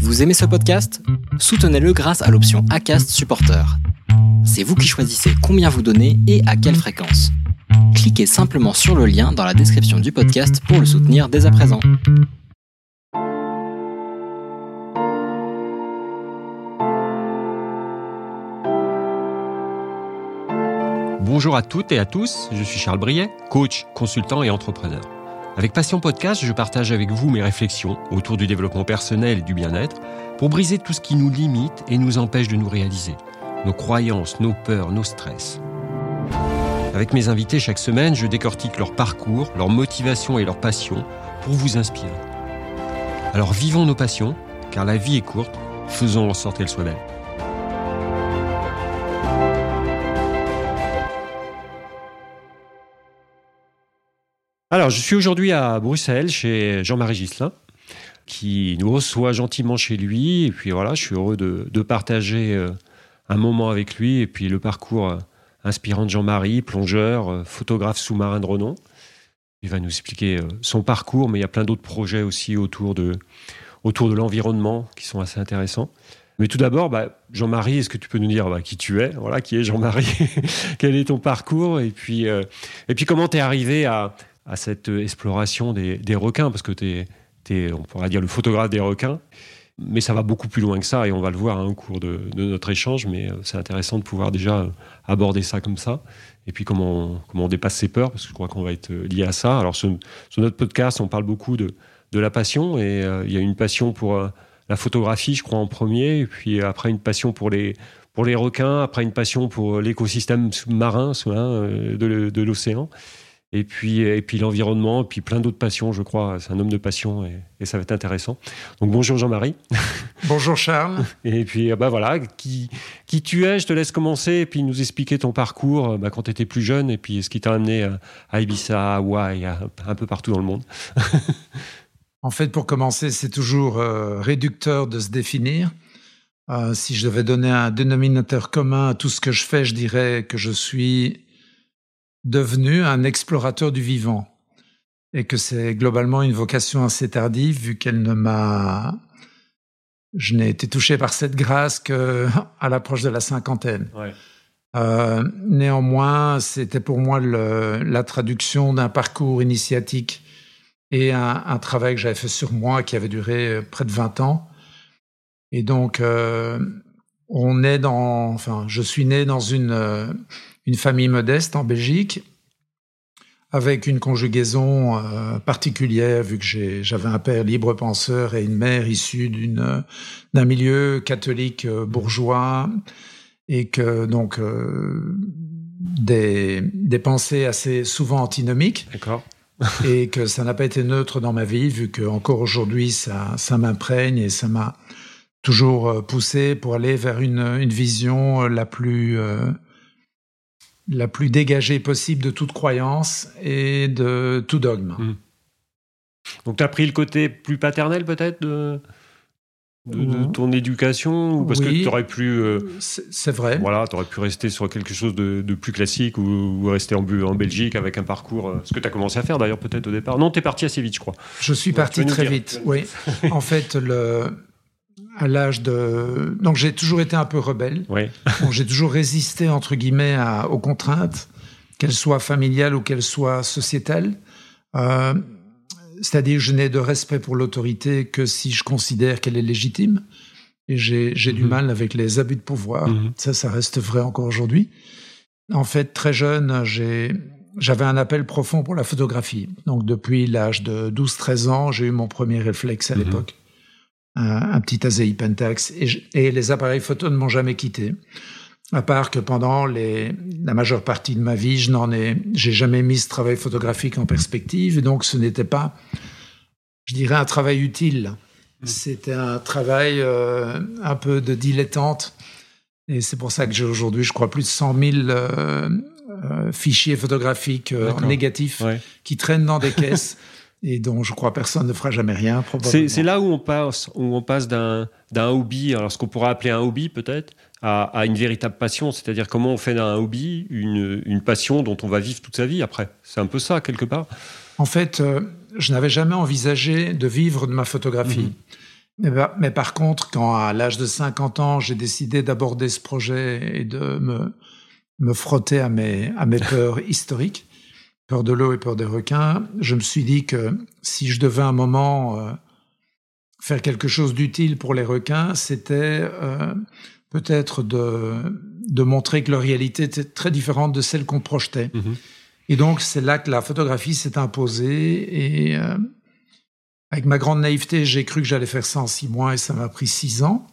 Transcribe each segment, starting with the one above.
Vous aimez ce podcast ? Soutenez-le grâce à l'option Acast Supporter. C'est vous qui choisissez combien vous donnez et à quelle fréquence. Cliquez simplement sur le lien dans la description du podcast pour le soutenir dès à présent. Bonjour à toutes et à tous, je suis Charles Briet, coach, consultant et entrepreneur. Avec Passion Podcast, je partage avec vous mes réflexions autour du développement personnel et du bien-être pour briser tout ce qui nous limite et nous empêche de nous réaliser. Nos croyances, nos peurs, nos stress. Avec mes invités chaque semaine, je décortique leur parcours, leur motivation et leur passion pour vous inspirer. Alors vivons nos passions, car la vie est courte, faisons en sorte qu'elle soit belle. Alors, je suis aujourd'hui à Bruxelles, chez Jean-Marie Ghislain, qui nous reçoit gentiment chez lui. Et puis voilà, je suis heureux de partager un moment avec lui. Et puis le parcours inspirant de Jean-Marie, plongeur, photographe sous-marin de renom. Il va nous expliquer son parcours, mais il y a plein d'autres projets aussi autour de l'environnement qui sont assez intéressants. Mais tout d'abord, Jean-Marie, est-ce que tu peux nous dire qui tu es ? Voilà, qui est Jean-Marie ? Quel est ton parcours ? Et puis comment tu es arrivé à cette exploration des requins, parce que t'es, on pourrait dire, le photographe des requins, mais ça va beaucoup plus loin que ça, et on va le voir au cours de notre échange, mais c'est intéressant de pouvoir déjà aborder ça comme ça, et puis comment on dépasse ses peurs, parce que je crois qu'on va être lié à ça. Alors sur notre podcast, on parle beaucoup de la passion, et il y a une passion pour la photographie, je crois, en premier, et puis après une passion pour les requins, après une passion pour l'écosystème sous-marin de l'océan. Et puis l'environnement, et puis plein d'autres passions, je crois. C'est un homme de passion et ça va être intéressant. Donc bonjour Jean-Marie. Bonjour Charles. Et puis voilà, qui tu es, je te laisse commencer et puis nous expliquer ton parcours quand tu étais plus jeune et puis ce qui t'a amené à Ibiza, à Hawaï, un peu partout dans le monde. En fait, pour commencer, c'est toujours réducteur de se définir. Si je devais donner un dénominateur commun à tout ce que je fais, je dirais que je suis devenu un explorateur du vivant et que c'est globalement une vocation assez tardive vu je n'ai été touché par cette grâce qu'à l'approche de la cinquantaine. Ouais. Néanmoins, c'était pour moi la traduction d'un parcours initiatique et un travail que j'avais fait sur moi qui avait duré près de 20 ans. Et donc, je suis né dans une famille modeste en Belgique, avec une conjugaison particulière, vu que j'avais un père libre penseur et une mère issue d'un milieu catholique bourgeois, et que donc des pensées assez souvent antinomiques. D'accord. Et que ça n'a pas été neutre dans ma vie, vu qu'encore aujourd'hui, ça m'imprègne et ça m'a toujours poussé pour aller vers une vision la plus dégagée possible de toute croyance et de tout dogme. Donc tu as pris le côté plus paternel peut-être de ton éducation, ou parce que tu aurais pu c'est vrai. Voilà, tu aurais pu rester sur quelque chose de plus classique ou rester en Belgique avec un parcours, ce que tu as commencé à faire d'ailleurs peut-être au départ. Non, tu es parti assez vite, je crois. Je suis parti très vite, oui. En fait, à l'âge de... Donc, j'ai toujours été un peu rebelle. Oui. Donc, j'ai toujours résisté, entre guillemets, aux contraintes, qu'elles soient familiales ou qu'elles soient sociétales. C'est-à-dire, je n'ai de respect pour l'autorité que si je considère qu'elle est légitime. Et j'ai du mal avec les abus de pouvoir. Ça reste vrai encore aujourd'hui. En fait, très jeune, j'avais un appel profond pour la photographie. Donc, depuis l'âge de 12-13 ans, j'ai eu mon premier réflexe à l'époque. Un petit AZI Pentax, et les appareils photo ne m'ont jamais quitté, à part que pendant la majeure partie de ma vie, j'ai jamais mis ce travail photographique en perspective, et donc ce n'était pas, je dirais, un travail utile. C'était un travail un peu de dilettante, et c'est pour ça que j'ai aujourd'hui, je crois, plus de 100 000 fichiers photographiques négatifs qui traînent dans des caisses. Et dont je crois personne ne fera jamais rien, probablement. C'est là où on passe d'un hobby, alors ce qu'on pourrait appeler un hobby peut-être, à une véritable passion. C'est-à-dire comment on fait d'un hobby une passion dont on va vivre toute sa vie après. C'est un peu ça, quelque part. En fait, je n'avais jamais envisagé de vivre de ma photographie. Mais par contre, quand à l'âge de 50 ans, j'ai décidé d'aborder ce projet et de me frotter à mes peurs historiques, peur de l'eau et peur des requins, je me suis dit que si je devais à un moment faire quelque chose d'utile pour les requins, c'était peut-être de montrer que leur réalité était très différente de celle qu'on projetait. Mmh. Et donc, c'est là que la photographie s'est imposée. Et avec ma grande naïveté, j'ai cru que j'allais faire ça en 6 mois et ça m'a pris 6 ans.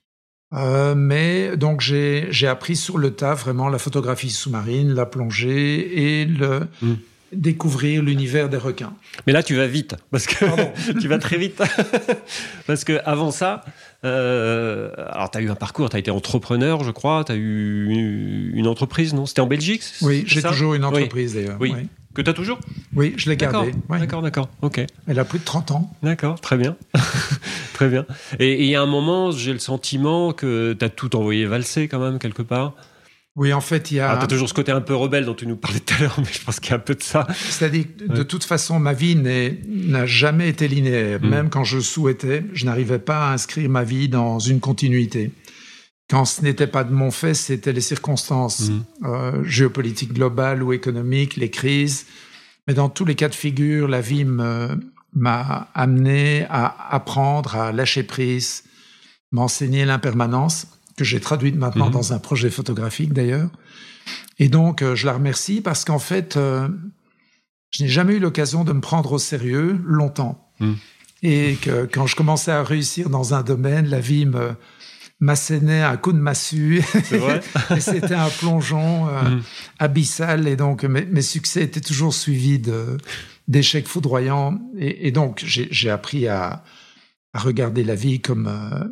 Mais donc, j'ai appris sur le tas vraiment la photographie sous-marine, la plongée et découvrir l'univers des requins. Mais là, tu vas vite, parce que tu vas très vite. Parce qu'avant ça, alors tu as eu un parcours, tu as été entrepreneur, je crois, tu as eu une entreprise, non ? C'était en Belgique ? Oui, j'ai toujours une entreprise d'ailleurs. Oui. Oui. Que tu as toujours ? Oui, je l'ai gardée. D'accord, ok. Elle a plus de 30 ans. D'accord, très bien. Très bien. Et il y a un moment, j'ai le sentiment que tu as tout envoyé valser quand même, quelque part. Oui, en fait, il y a... Tu as toujours ce côté un peu rebelle dont tu nous parlais tout à l'heure, mais je pense qu'il y a un peu de ça. C'est-à-dire que de toute façon, ma vie n'a jamais été linéaire. Même quand je souhaitais, je n'arrivais pas à inscrire ma vie dans une continuité. Quand ce n'était pas de mon fait, c'était les circonstances géopolitiques globales ou économiques, les crises. Mais dans tous les cas de figure, la vie m'a amené à apprendre, à lâcher prise, m'enseigner l'impermanence, que j'ai traduite maintenant dans un projet photographique d'ailleurs. Et donc, je la remercie parce qu'en fait, je n'ai jamais eu l'occasion de me prendre au sérieux longtemps. Et que quand je commençais à réussir dans un domaine, la vie m'assénait un coup de massue. C'est vrai. Et c'était un plongeon abyssal. Et donc, mes succès étaient toujours suivis d'échecs foudroyants. Et donc, j'ai appris à regarder la vie comme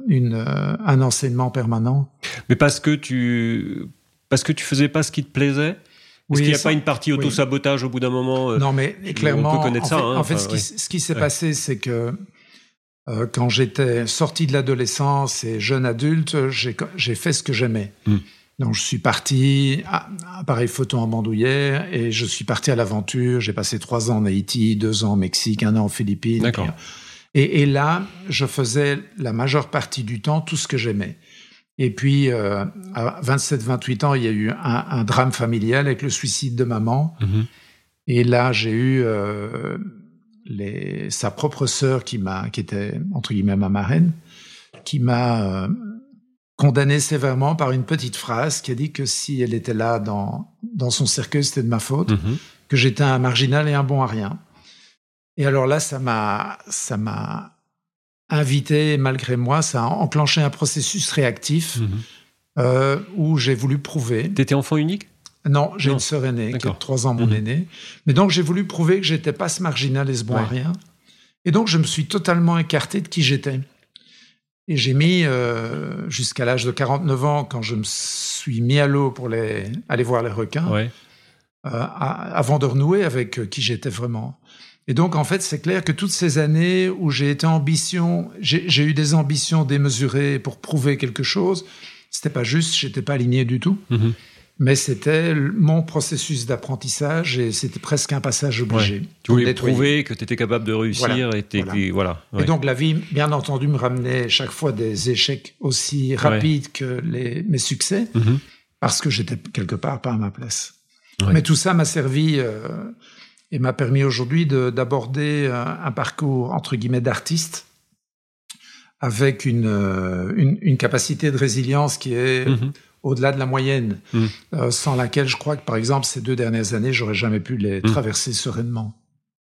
un enseignement permanent. Mais parce que tu faisais pas ce qui te plaisait ? Est-ce qu'il n'y a pas une partie auto-sabotage au bout d'un moment ? Non, mais clairement, on peut connaître ça. En fait, ce qui s'est passé, c'est que quand j'étais sorti de l'adolescence et jeune adulte, j'ai fait ce que j'aimais. Donc, je suis parti, appareil photo en bandoulière, et je suis parti à l'aventure. J'ai passé 3 ans en Haïti, 2 ans au Mexique, 1 an aux Philippines. D'accord. Et là, je faisais la majeure partie du temps tout ce que j'aimais. Et puis, à 27-28 ans, il y a eu un drame familial avec le suicide de maman. Et là, j'ai eu sa propre sœur qui était, entre guillemets, ma marraine, qui m'a condamné sévèrement par une petite phrase qui a dit que si elle était là dans son cercueil, c'était de ma faute, que j'étais un marginal et un bon à rien. Et alors là, ça m'a invité, malgré moi, ça a enclenché un processus réactif où j'ai voulu prouver... T'étais enfant unique ? Non, j'ai une sœur aînée, qui a 3 ans mon aînée. Mais donc, j'ai voulu prouver que j'étais pas ce marginal et ce bon à rien. Et donc, je me suis totalement écarté de qui j'étais. Et j'ai mis, jusqu'à l'âge de 49 ans, quand je me suis mis à l'eau pour aller voir les requins, avant de renouer avec qui j'étais vraiment. Et donc, en fait, c'est clair que toutes ces années où j'ai eu des ambitions démesurées pour prouver quelque chose, c'était pas juste, j'étais pas aligné du tout. Mais c'était mon processus d'apprentissage et c'était presque un passage obligé. Tu voulais prouver que tu étais capable de réussir. Voilà. Et donc, la vie, bien entendu, me ramenait chaque fois des échecs aussi rapides que mes succès, parce que j'étais quelque part pas à ma place. Mais tout ça m'a servi... et m'a permis aujourd'hui d'aborder un parcours, entre guillemets, d'artiste avec une capacité de résilience qui est au-delà de la moyenne, sans laquelle je crois que, par exemple, ces 2 dernières années, j'aurais jamais pu les traverser sereinement.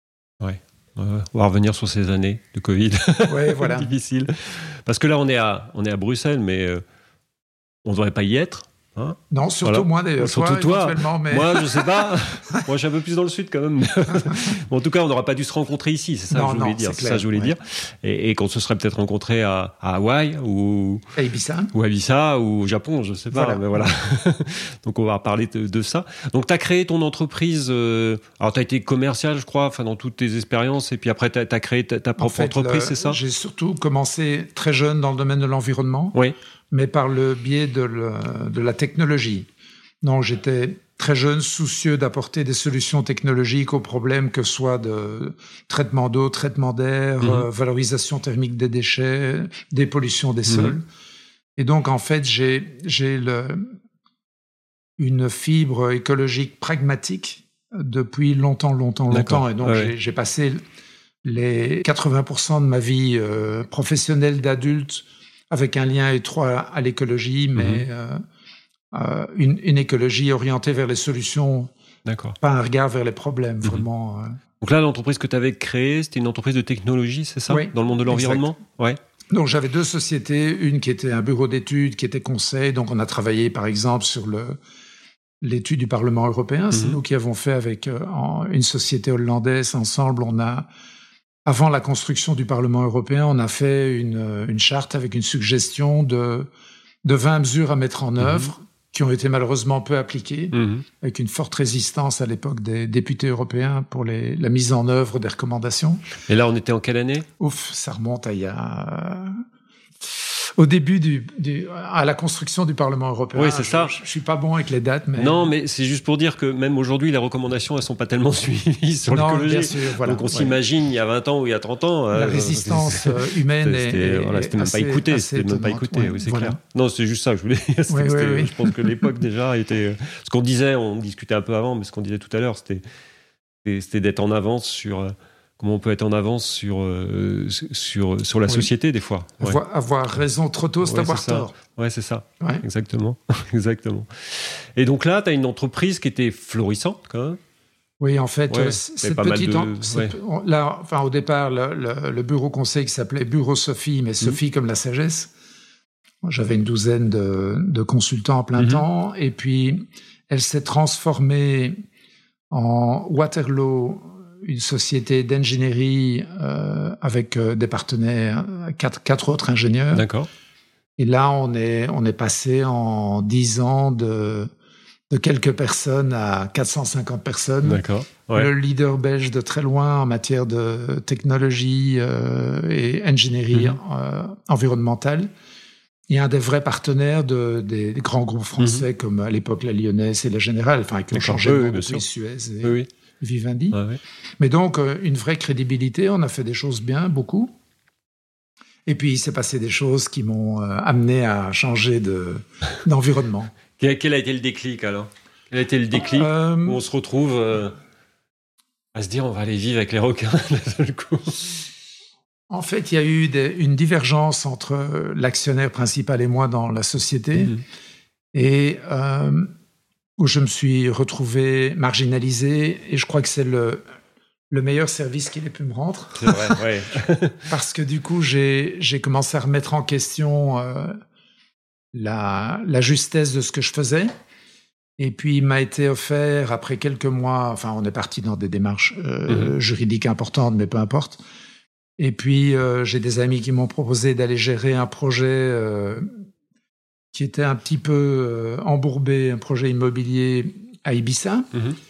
On va revenir sur ces années de Covid. Voilà. Difficile. Parce que là, on est à Bruxelles, mais on ne devrait pas y être. Hein, non, surtout moi d'ailleurs. Surtout toi. Mais... Moi, je sais pas. Moi, je suis un peu plus dans le sud quand même. Bon, en tout cas, on n'aurait pas dû se rencontrer ici. C'est ça que je voulais dire. C'est ça que je voulais dire. Et qu'on se serait peut-être rencontrés à Hawaï ou à Ibiza. Ou à Ibiza ou au Japon, je sais pas. Mais voilà. Donc, on va parler de ça. Donc, tu as créé ton entreprise. Alors, tu as été commercial, je crois, dans toutes tes expériences. Et puis après, tu as créé ta propre entreprise, c'est ça ? J'ai surtout commencé très jeune dans le domaine de l'environnement. Oui. Mais par le biais de la technologie. Donc, j'étais très jeune, soucieux d'apporter des solutions technologiques aux problèmes que ce soit de traitement d'eau, traitement d'air, valorisation thermique des déchets, dépollution des sols. Et donc, en fait, j'ai une fibre écologique pragmatique depuis longtemps. Et donc, j'ai passé les 80% de ma vie professionnelle d'adulte avec un lien étroit à l'écologie, mais une écologie orientée vers les solutions, pas un regard vers les problèmes, vraiment. Donc là, l'entreprise que tu avais créée, c'était une entreprise de technologie, c'est ça? Oui, dans le monde de l'environnement? Ouais. Donc j'avais 2 sociétés, une qui était un bureau d'études, qui était conseil. Donc on a travaillé par exemple sur l'étude du Parlement européen. C'est nous qui avons fait avec une société hollandaise ensemble. Avant la construction du Parlement européen, on a fait une charte avec une suggestion de 20 mesures à mettre en œuvre qui ont été malheureusement peu appliquées, avec une forte résistance à l'époque des députés européens pour la mise en œuvre des recommandations. Et là, on était en quelle année? Ça remonte à au début à la construction du Parlement européen. Oui, c'est ça. Je suis pas bon avec les dates, mais... Non, mais c'est juste pour dire que même aujourd'hui, les recommandations, elles sont pas tellement suivies sur l'écologie. Bien sûr, voilà. Donc on s'imagine, il y a 20 ans ou il y a 30 ans... La résistance humaine c'était même pas écouté. C'était même pas écouté, oui, c'est clair. Non, c'est juste ça que je voulais dire. Je pense que l'époque déjà était... Ce qu'on disait, on discutait un peu avant, mais ce qu'on disait tout à l'heure, c'était d'être en avance sur... Comment on peut être en avance sur la société, des fois. Ouais. Avoir raison trop tôt, c'est avoir tort. Ouais, c'est ça. Ouais. Exactement. Et donc là, tu as une entreprise qui était florissante, quand même. Oui, en fait, cette petite... Là, enfin, au départ, le bureau conseil qui s'appelait Bureau Sophie, mais Sophie comme la sagesse. J'avais une douzaine de consultants à plein temps. Et puis, elle s'est transformée en Waterloo, une société d'ingénierie avec des partenaires, quatre autres ingénieurs. D'accord. Et là, on est passé en 10 ans de quelques personnes à 450 personnes. D'accord. Ouais. Le leader belge de très loin en matière de technologie et ingénierie environnementale. Il y a un des vrais partenaires des grands groupes français comme à l'époque la Lyonnaise et la Générale, enfin qui ont changé de nom depuis Suez et Vivendi. Ouais. Mais donc une vraie crédibilité. On a fait des choses bien, beaucoup. Et puis il s'est passé des choses qui m'ont amené à changer d'environnement. Quel a été le déclic alors? Quel a été le déclic où on se retrouve à se dire on va aller vivre avec les requins d'un seul coup? En fait, il y a eu une divergence entre l'actionnaire principal et moi dans la société, et où je me suis retrouvé marginalisé, et je crois que c'est le meilleur service qu'il ait pu me rendre. C'est vrai, ouais. Parce que du coup, j'ai commencé à remettre en question la justesse de ce que je faisais. Et puis, il m'a été offert, après quelques mois, enfin, on est parti dans des démarches juridiques importantes, mais peu importe. Et puis, j'ai des amis qui m'ont proposé d'aller gérer un projet qui était un petit peu embourbé, un projet immobilier à Ibiza.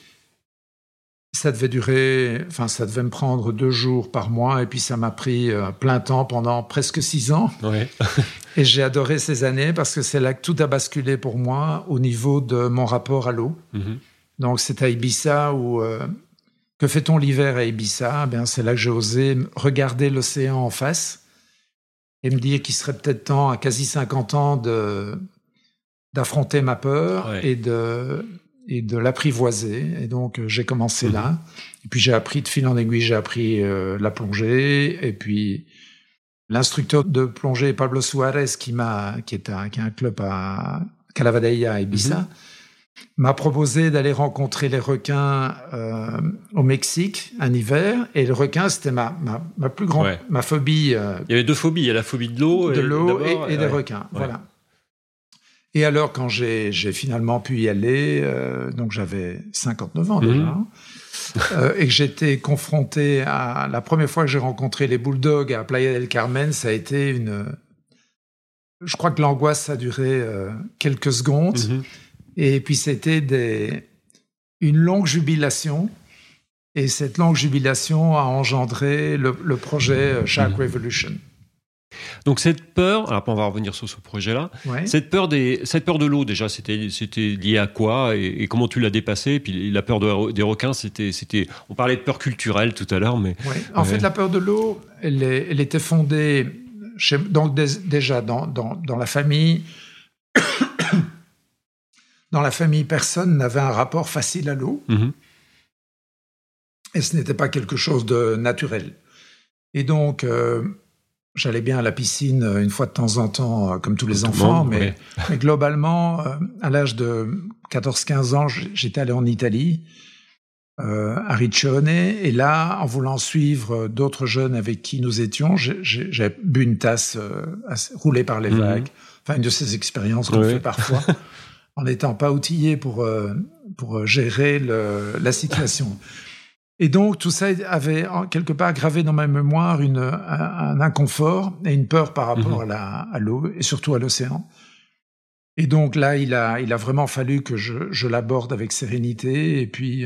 Ça devait me prendre 2 jours par mois, et puis ça m'a pris plein temps pendant presque 6 ans. Ouais. Et j'ai adoré ces années parce que c'est là que tout a basculé pour moi au niveau de mon rapport à l'eau. Donc, c'est à Ibiza où... que fait-on l'hiver à Ibiza? Ben, c'est là que j'ai osé regarder l'océan en face et me dire qu'il serait peut-être temps, à quasi 50 ans, d'affronter ma peur et de l'apprivoiser. Et donc, j'ai commencé là. Et puis, j'ai appris de fil en aiguille, la plongée. Et puis, l'instructeur de plongée, Pablo Suarez, qui a un club à Calabadeia, à Ibiza, m'a proposé d'aller rencontrer les requins au Mexique un hiver, et le requin, c'était ma plus grande ma phobie. Il y avait 2 phobies, il y a la phobie de l'eau et des requins. Voilà. Et alors, quand j'ai finalement pu y aller, donc j'avais 59 ans déjà, et que j'étais confronté à la première fois que j'ai rencontré les bulldogs à Playa del Carmen, ça a été je crois que l'angoisse ça a duré quelques secondes. Et puis, c'était une longue jubilation. Et cette longue jubilation a engendré le projet Shark Revolution. Donc cette peur, alors on va revenir sur ce projet-là, cette peur de l'eau déjà, c'était lié à quoi et comment tu l'as dépassée? Et puis la peur des requins, c'était, on parlait de peur culturelle tout à l'heure, mais... En fait, la peur de l'eau, elle était fondée, déjà dans la famille... Dans la famille, personne n'avait un rapport facile à l'eau. Mm-hmm. Et ce n'était pas quelque chose de naturel. Et donc... j'allais bien à la piscine une fois de temps en temps, comme tous les enfants, mais globalement, à l'âge de 14-15 ans, j'étais allé en Italie, à Riccione, et là, en voulant suivre d'autres jeunes avec qui nous étions, j'ai bu une tasse roulée par les vagues. Enfin, une de ces expériences qu'on fait parfois, en n'étant pas outillé pour gérer la situation. Et donc, tout ça avait quelque part gravé dans ma mémoire un inconfort et une peur par rapport à l'eau et surtout à l'océan. Et donc là, il a vraiment fallu que je l'aborde avec sérénité et puis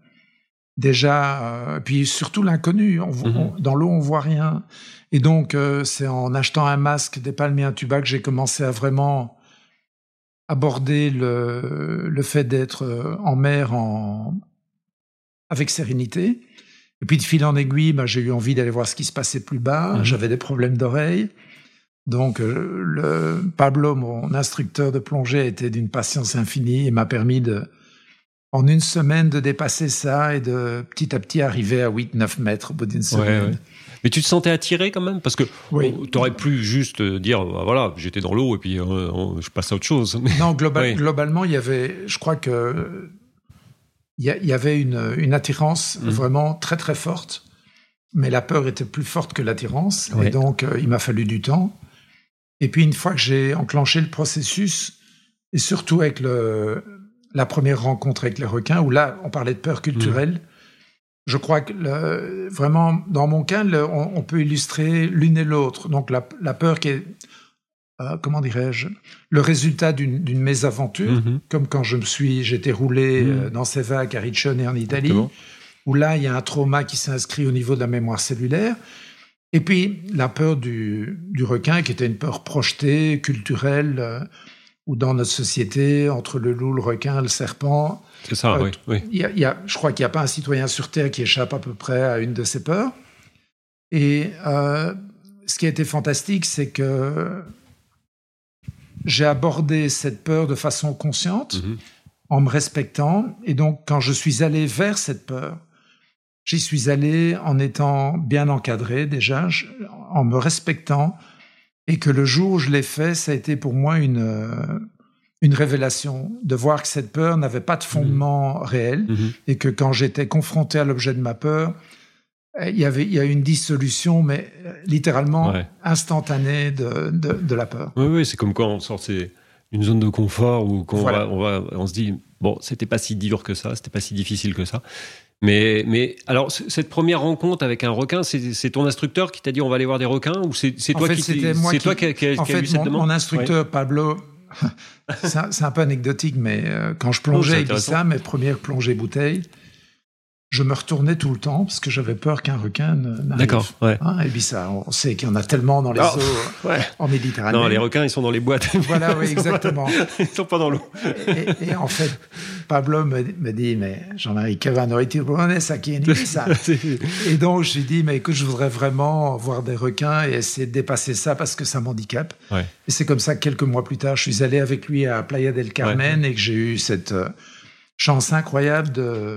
puis surtout l'inconnu. Dans l'eau, on voit rien. Et donc, c'est en achetant un masque, des palmes et un tuba que j'ai commencé à vraiment aborder le fait d'être en mer avec sérénité. Et puis de fil en aiguille, j'ai eu envie d'aller voir ce qui se passait plus bas. J'avais des problèmes d'oreille. Donc Pablo, mon instructeur de plongée, était d'une patience infinie et m'a permis en une semaine de dépasser ça et de petit à petit arriver à 8-9 mètres au bout d'une semaine. Ouais. Mais tu te sentais attiré quand même? Parce que tu aurais pu juste dire, voilà, j'étais dans l'eau et puis je passe à autre chose. Non, globalement, il y avait, je crois que il y avait une attirance vraiment très très forte, mais la peur était plus forte que l'attirance, et donc il m'a fallu du temps. Et puis une fois que j'ai enclenché le processus, et surtout avec la première rencontre avec les requins, où là on parlait de peur culturelle, je crois que vraiment dans mon cas, on peut illustrer l'une et l'autre. Donc la peur qui est comment dirais-je, le résultat d'une mésaventure, comme quand j'étais roulé dans ces vagues à Riccione en Italie, où là, il y a un trauma qui s'inscrit au niveau de la mémoire cellulaire. Et puis, la peur du requin, qui était une peur projetée, culturelle, où dans notre société, entre le loup, le requin, le serpent... C'est ça, oui. Je crois qu'il n'y a pas un citoyen sur Terre qui échappe à peu près à une de ces peurs. Et ce qui a été fantastique, c'est que j'ai abordé cette peur de façon consciente, en me respectant. Et donc, quand je suis allé vers cette peur, j'y suis allé en étant bien encadré déjà, en me respectant. Et que le jour où je l'ai fait, ça a été pour moi une révélation de voir que cette peur n'avait pas de fondement réel et que quand j'étais confronté à l'objet de ma peur, il y a eu une dissolution, mais littéralement instantanée de la peur. Oui, c'est comme quand on sort une zone de confort où on se dit, bon, c'était pas si dur que ça, c'était pas si difficile que ça. Mais alors, cette première rencontre avec un requin, c'est ton instructeur qui t'a dit on va aller voir des requins, ou c'est toi qui as eu cette demande? Mon instructeur, Pablo, c'est un peu anecdotique, mais quand je plongeais à Ibiza, mes premières plongées bouteilles, je me retournais tout le temps parce que j'avais peur qu'un requin n'arrive. D'accord, ouais. Ibiza, on sait qu'il y en a tellement dans les eaux en Méditerranée. Non, les requins, ils sont dans les boîtes. Voilà, oui, exactement. Ils sont pas dans l'eau. Et en fait, Pablo me dit, mais Jean-Marie, que va noi tiburones aquí en Ibiza? Et donc, je lui dis, mais écoute, je voudrais vraiment voir des requins et essayer de dépasser ça parce que ça m'handicape. Ouais. Et c'est comme ça que quelques mois plus tard, je suis allé avec lui à Playa del Carmen et que j'ai eu cette chance incroyable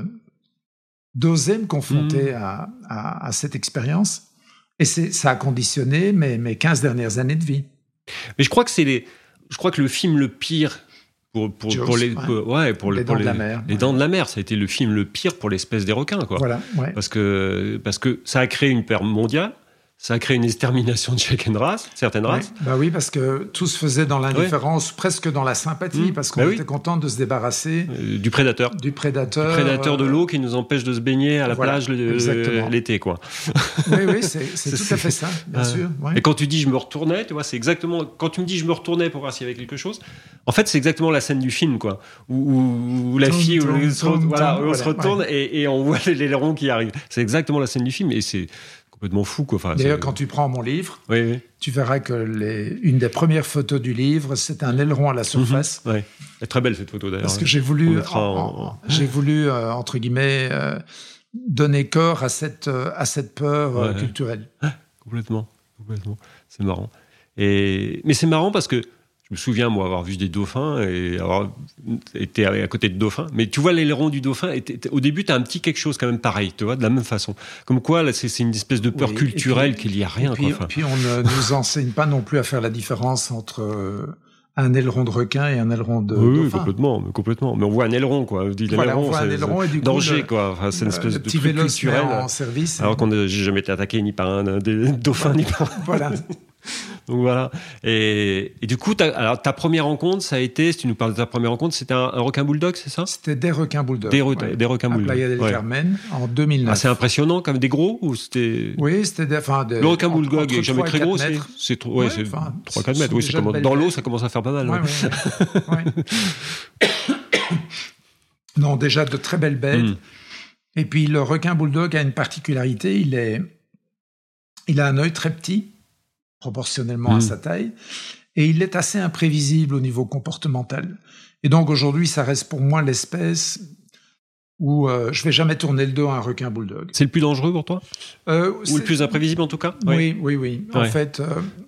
d'oser me confronter à cette expérience. Et ça a conditionné mes 15 dernières années de vie. Mais je crois que le film le pire pour les dents de la mer. Les dents de la mer, ça a été le film le pire pour l'espèce des requins, quoi. Voilà, ouais. Parce que ça a créé une peur mondiale. Ça a créé une extermination de certaines races. Bah oui, parce que tout se faisait dans l'indifférence, presque dans la sympathie, parce qu'on était content de se débarrasser du prédateur. Du prédateur de l'eau qui nous empêche de se baigner à la plage l'été, quoi. Oui, c'est tout à fait ça, bien sûr. Ouais. Et quand tu dis je me retournais, tu vois, c'est exactement quand tu me dis je me retournais pour voir s'il y avait quelque chose. En fait, c'est exactement la scène du film, quoi, où la fille on se retourne et on voit les ailerons qui arrivent. C'est exactement la scène du film, et c'est complètement fou, quoi. Enfin, d'ailleurs, quand tu prends mon livre, oui. tu verras que une des premières photos du livre, c'est un aileron à la surface. Oui. Elle est très belle, cette photo, d'ailleurs. Parce que j'ai voulu, entre guillemets, donner corps à cette peur culturelle. Complètement. C'est marrant. Mais c'est marrant parce que je me souviens, moi, avoir vu des dauphins et avoir été à côté de dauphins. Mais tu vois, l'aileron du dauphin, au début, tu as un petit quelque chose quand même pareil, tu vois, de la même façon. Comme quoi, là, c'est une espèce de peur culturelle qu'il n'y a rien. Et puis, on ne nous enseigne pas non plus à faire la différence entre un aileron de requin et un aileron de dauphin. Oui, complètement. Mais on voit un aileron, quoi. On voit un aileron et du coup, danger, quoi. Enfin, c'est une espèce de truc culturel. En service. Alors qu'on n'a jamais été attaqué ni par un dauphin, ni par un... Voilà. Donc voilà. Et du coup, alors ta première rencontre, ça a été, si tu nous parles de ta première rencontre, c'était un requin bulldog, c'est ça ? C'était des requins bulldog. Des requins bulldog. À Playa del Carmen, en 2009. Ah, c'est impressionnant, comme des gros ou c'était... Oui, c'était des... Le requin bulldog n'est jamais très gros, c'est 3-4 mètres. Oui, c'est comme dans l'eau, ça commence à faire pas mal. Non, déjà de très belles bêtes. Et puis le requin bulldog a une particularité, il a un œil très petit, proportionnellement à sa taille, et il est assez imprévisible au niveau comportemental. Et donc aujourd'hui, ça reste pour moi l'espèce où je vais jamais tourner le dos à un requin bulldog. C'est le plus dangereux pour toi ? Ou le plus imprévisible en tout cas ? Oui. En fait,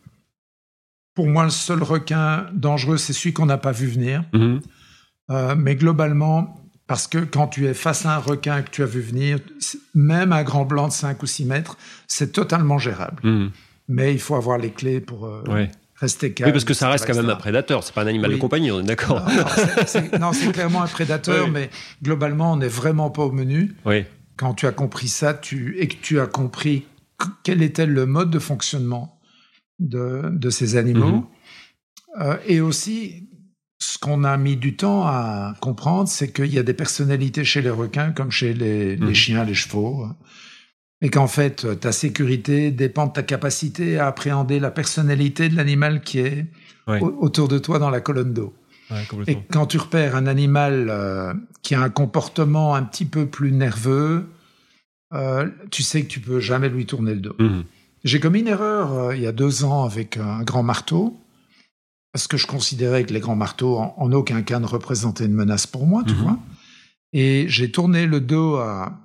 pour moi, le seul requin dangereux, c'est celui qu'on n'a pas vu venir. Mais globalement, parce que quand tu es face à un requin que tu as vu venir, même un grand blanc de 5 ou 6 mètres, c'est totalement gérable. Mais il faut avoir les clés pour rester calme. Oui, parce que ça reste quand même un prédateur. C'est pas un animal de compagnie, on est d'accord. Non, c'est clairement un prédateur, mais globalement, on n'est vraiment pas au menu. Quand tu as compris ça et que tu as compris quel était le mode de fonctionnement de ces animaux, et aussi, ce qu'on a mis du temps à comprendre, c'est qu'il y a des personnalités chez les requins comme chez les chiens, les chevaux. Et qu'en fait, ta sécurité dépend de ta capacité à appréhender la personnalité de l'animal qui est autour de toi dans la colonne d'eau. Et quand tu repères un animal qui a un comportement un petit peu plus nerveux, tu sais que tu peux jamais lui tourner le dos. J'ai commis une erreur il y a 2 ans avec un grand marteau, parce que je considérais que les grands marteaux, en aucun cas, ne représentaient une menace pour moi, tu vois. Et j'ai tourné le dos à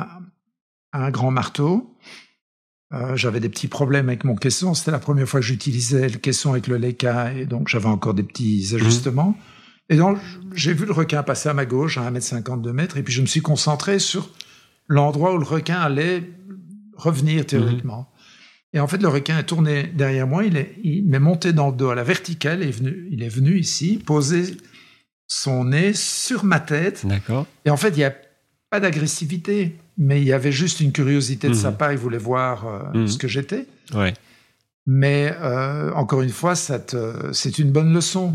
un grand marteau. J'avais des petits problèmes avec mon caisson. C'était la première fois que j'utilisais le caisson avec le Leica, et donc j'avais encore des petits ajustements. Et donc, j'ai vu le requin passer à ma gauche, à 1,50 m, et puis je me suis concentré sur l'endroit où le requin allait revenir théoriquement. Et en fait, le requin est tourné derrière moi, il m'est monté dans le dos à la verticale, il est venu ici, poser son nez sur ma tête. D'accord. Et en fait, il n'y a pas d'agressivité, mais il y avait juste une curiosité de sa part, il voulait voir ce que j'étais. Mais encore une fois, c'est une bonne leçon.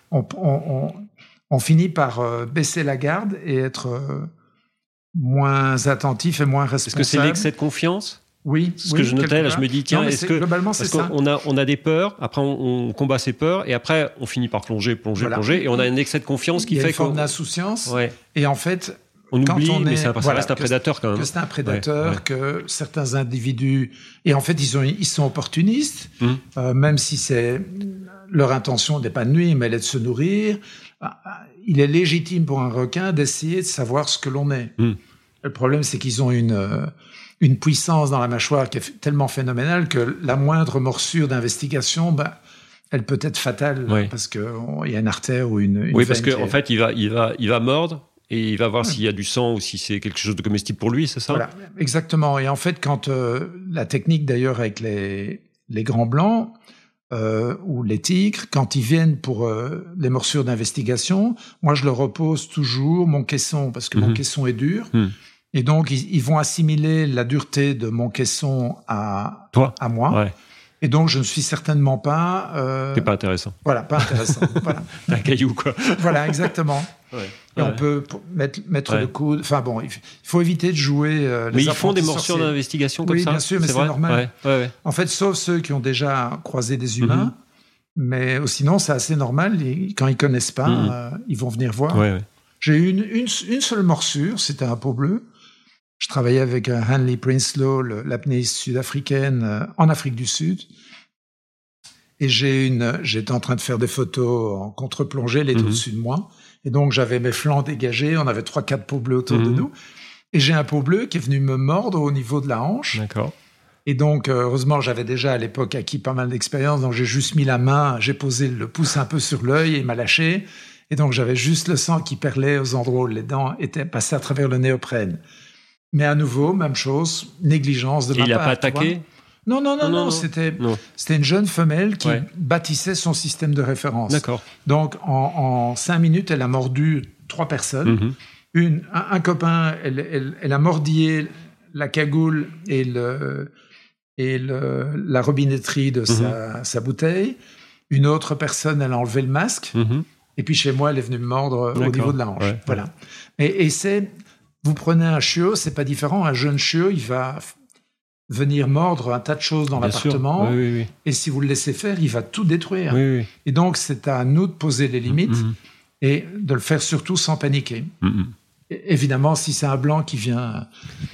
On finit par baisser la garde et être moins attentif et moins responsable. Est-ce que c'est l'excès de confiance ? Oui. Ce que je notais, là, je me dis, tiens, est-ce que... Globalement, c'est ça. On a des peurs, après on combat ces peurs, et après on finit par plonger, et on a un excès de confiance qui fait qu'on... Il y a une forme d'insouciance, et en fait... On oublie, mais ça reste un prédateur quand même. Que c'est un prédateur, que certains individus... Et en fait, ils sont opportunistes, même si leur intention n'est pas de nuire, mais elle est de se nourrir. Il est légitime pour un requin d'essayer de savoir ce que l'on est. Le problème, c'est qu'ils ont une puissance dans la mâchoire qui est tellement phénoménale que la moindre morsure d'investigation, elle peut être fatale, parce qu'il y a une artère ou une veine. Oui, parce qu'en fait, il va mordre, et il va voir s'il y a du sang ou si c'est quelque chose de comestible pour lui, c'est ça ? Voilà, exactement. Et en fait, quand la technique d'ailleurs avec les grands blancs ou les tigres, quand ils viennent pour les morsures d'investigation, moi je leur oppose toujours mon caisson, parce que mon caisson est dur. Et donc, ils vont assimiler la dureté de mon caisson à moi. Et donc, je ne suis certainement pas... T'es pas intéressant. Voilà, pas intéressant. Voilà. Un caillou, quoi. Voilà, exactement. Et on peut mettre le coude... Enfin bon, il faut éviter de jouer mais ils font des morsures d'investigation comme ça ? Oui, bien sûr, mais c'est normal. En fait, sauf ceux qui ont déjà croisé des humains. Mais sinon, c'est assez normal. Quand ils connaissent pas, ils vont venir voir. J'ai eu une seule morsure, c'était un peau bleu. Je travaillais avec Hanley Prinsloo, l'apnéiste sud-africaine, en Afrique du Sud. Et j'étais en train de faire des photos en contre-plongée, elle était au-dessus de moi. Et donc, j'avais mes flancs dégagés, on avait 3-4 peaux bleues autour de nous. Et j'ai un pot bleu qui est venu me mordre au niveau de la hanche. D'accord. Et donc, heureusement, j'avais déjà à l'époque acquis pas mal d'expérience. Donc, j'ai juste mis la main, j'ai posé le pouce un peu sur l'œil et il m'a lâché. Et donc, j'avais juste le sang qui perlait aux endroits où les dents étaient passées à travers le néoprène. Mais à nouveau, même chose, négligence de ma part. Il n'a pas attaqué ? Non. C'était une jeune femelle qui bâtissait son système de référence. D'accord. Donc, en 5 minutes, elle a mordu 3 personnes. Un copain, elle a mordillé la cagoule et la robinetterie de sa bouteille. Une autre personne, elle a enlevé le masque. Et puis chez moi, elle est venue me mordre au niveau de la hanche. Voilà. Et vous prenez un chiot, c'est pas différent. Un jeune chiot, il va venir mordre un tas de choses dans l'appartement. Oui. Et si vous le laissez faire, il va tout détruire. Oui. Et donc, c'est à nous de poser les limites et de le faire surtout sans paniquer. Évidemment, si c'est un blanc qui vient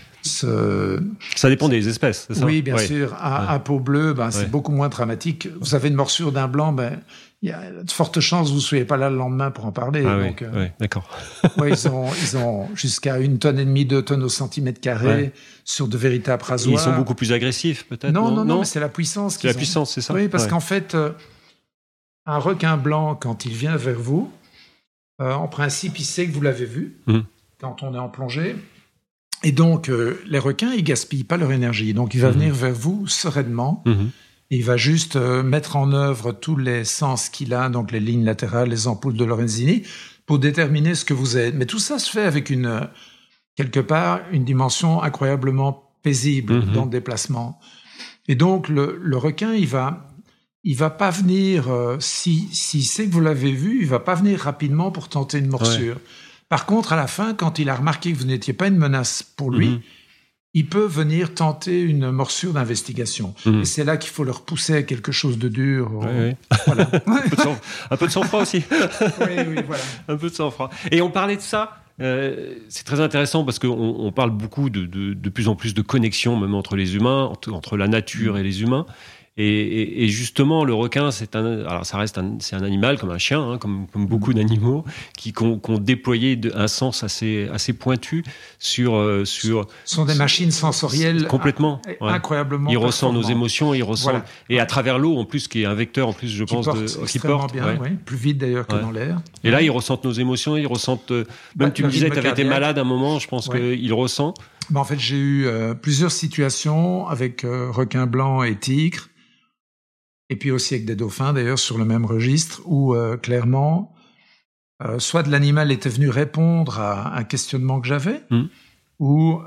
Ça dépend des espèces, c'est ça ? Oui, bien sûr. À peau bleue, c'est beaucoup moins dramatique. Vous avez une morsure d'un blanc, il y a de fortes chances que vous ne soyez pas là le lendemain pour en parler. Donc, d'accord. Ils ont jusqu'à 1,5 tonne, 2 tonnes au centimètre carré sur de véritables rasoirs. Ils sont beaucoup plus agressifs, peut-être ? Non, mais c'est la puissance. C'est la puissance, c'est ça ? Oui, parce qu'en fait, un requin blanc, quand il vient vers vous, en principe, il sait que vous l'avez vu quand on est en plongée. Et donc, les requins, ils gaspillent pas leur énergie. Donc, il va venir vers vous sereinement. Et il va juste mettre en œuvre tous les sens qu'il a, donc les lignes latérales, les ampoules de Lorenzini, pour déterminer ce que vous êtes. Mais tout ça se fait avec quelque part, une dimension incroyablement paisible dans le déplacement. Et donc, le requin, il va pas venir, s'il sait que vous l'avez vu, il va pas venir rapidement pour tenter une morsure. Par contre, à la fin, quand il a remarqué que vous n'étiez pas une menace pour lui, il peut venir tenter une morsure d'investigation. Et c'est là qu'il faut le repousser à quelque chose de dur. Voilà. Un peu de sang-froid aussi. Oui, voilà. Un peu de sang-froid. Et on parlait de ça. C'est très intéressant parce qu'on parle beaucoup de plus en plus de connexion, même entre les humains, entre la nature et les humains. Et justement, le requin, c'est un animal comme un chien, comme beaucoup d'animaux, qui ont déployé un sens assez pointu sur. Ce sont des machines sensorielles complètement, incroyablement. Ils ressentent nos émotions, ils ressentent, voilà. Et à travers l'eau, en plus, qui est un vecteur, en plus, je pense, qui porte bien, plus vite d'ailleurs que dans l'air. Et là, ils ressentent nos émotions, ils ressentent. Même tu me disais, tu avais été malade un moment, je pense qu'ils ressentent. En fait, j'ai eu plusieurs situations avec requins blancs et tigres. Et puis aussi avec des dauphins, d'ailleurs, sur le même registre, où clairement, soit de l'animal était venu répondre à un questionnement que j'avais, ou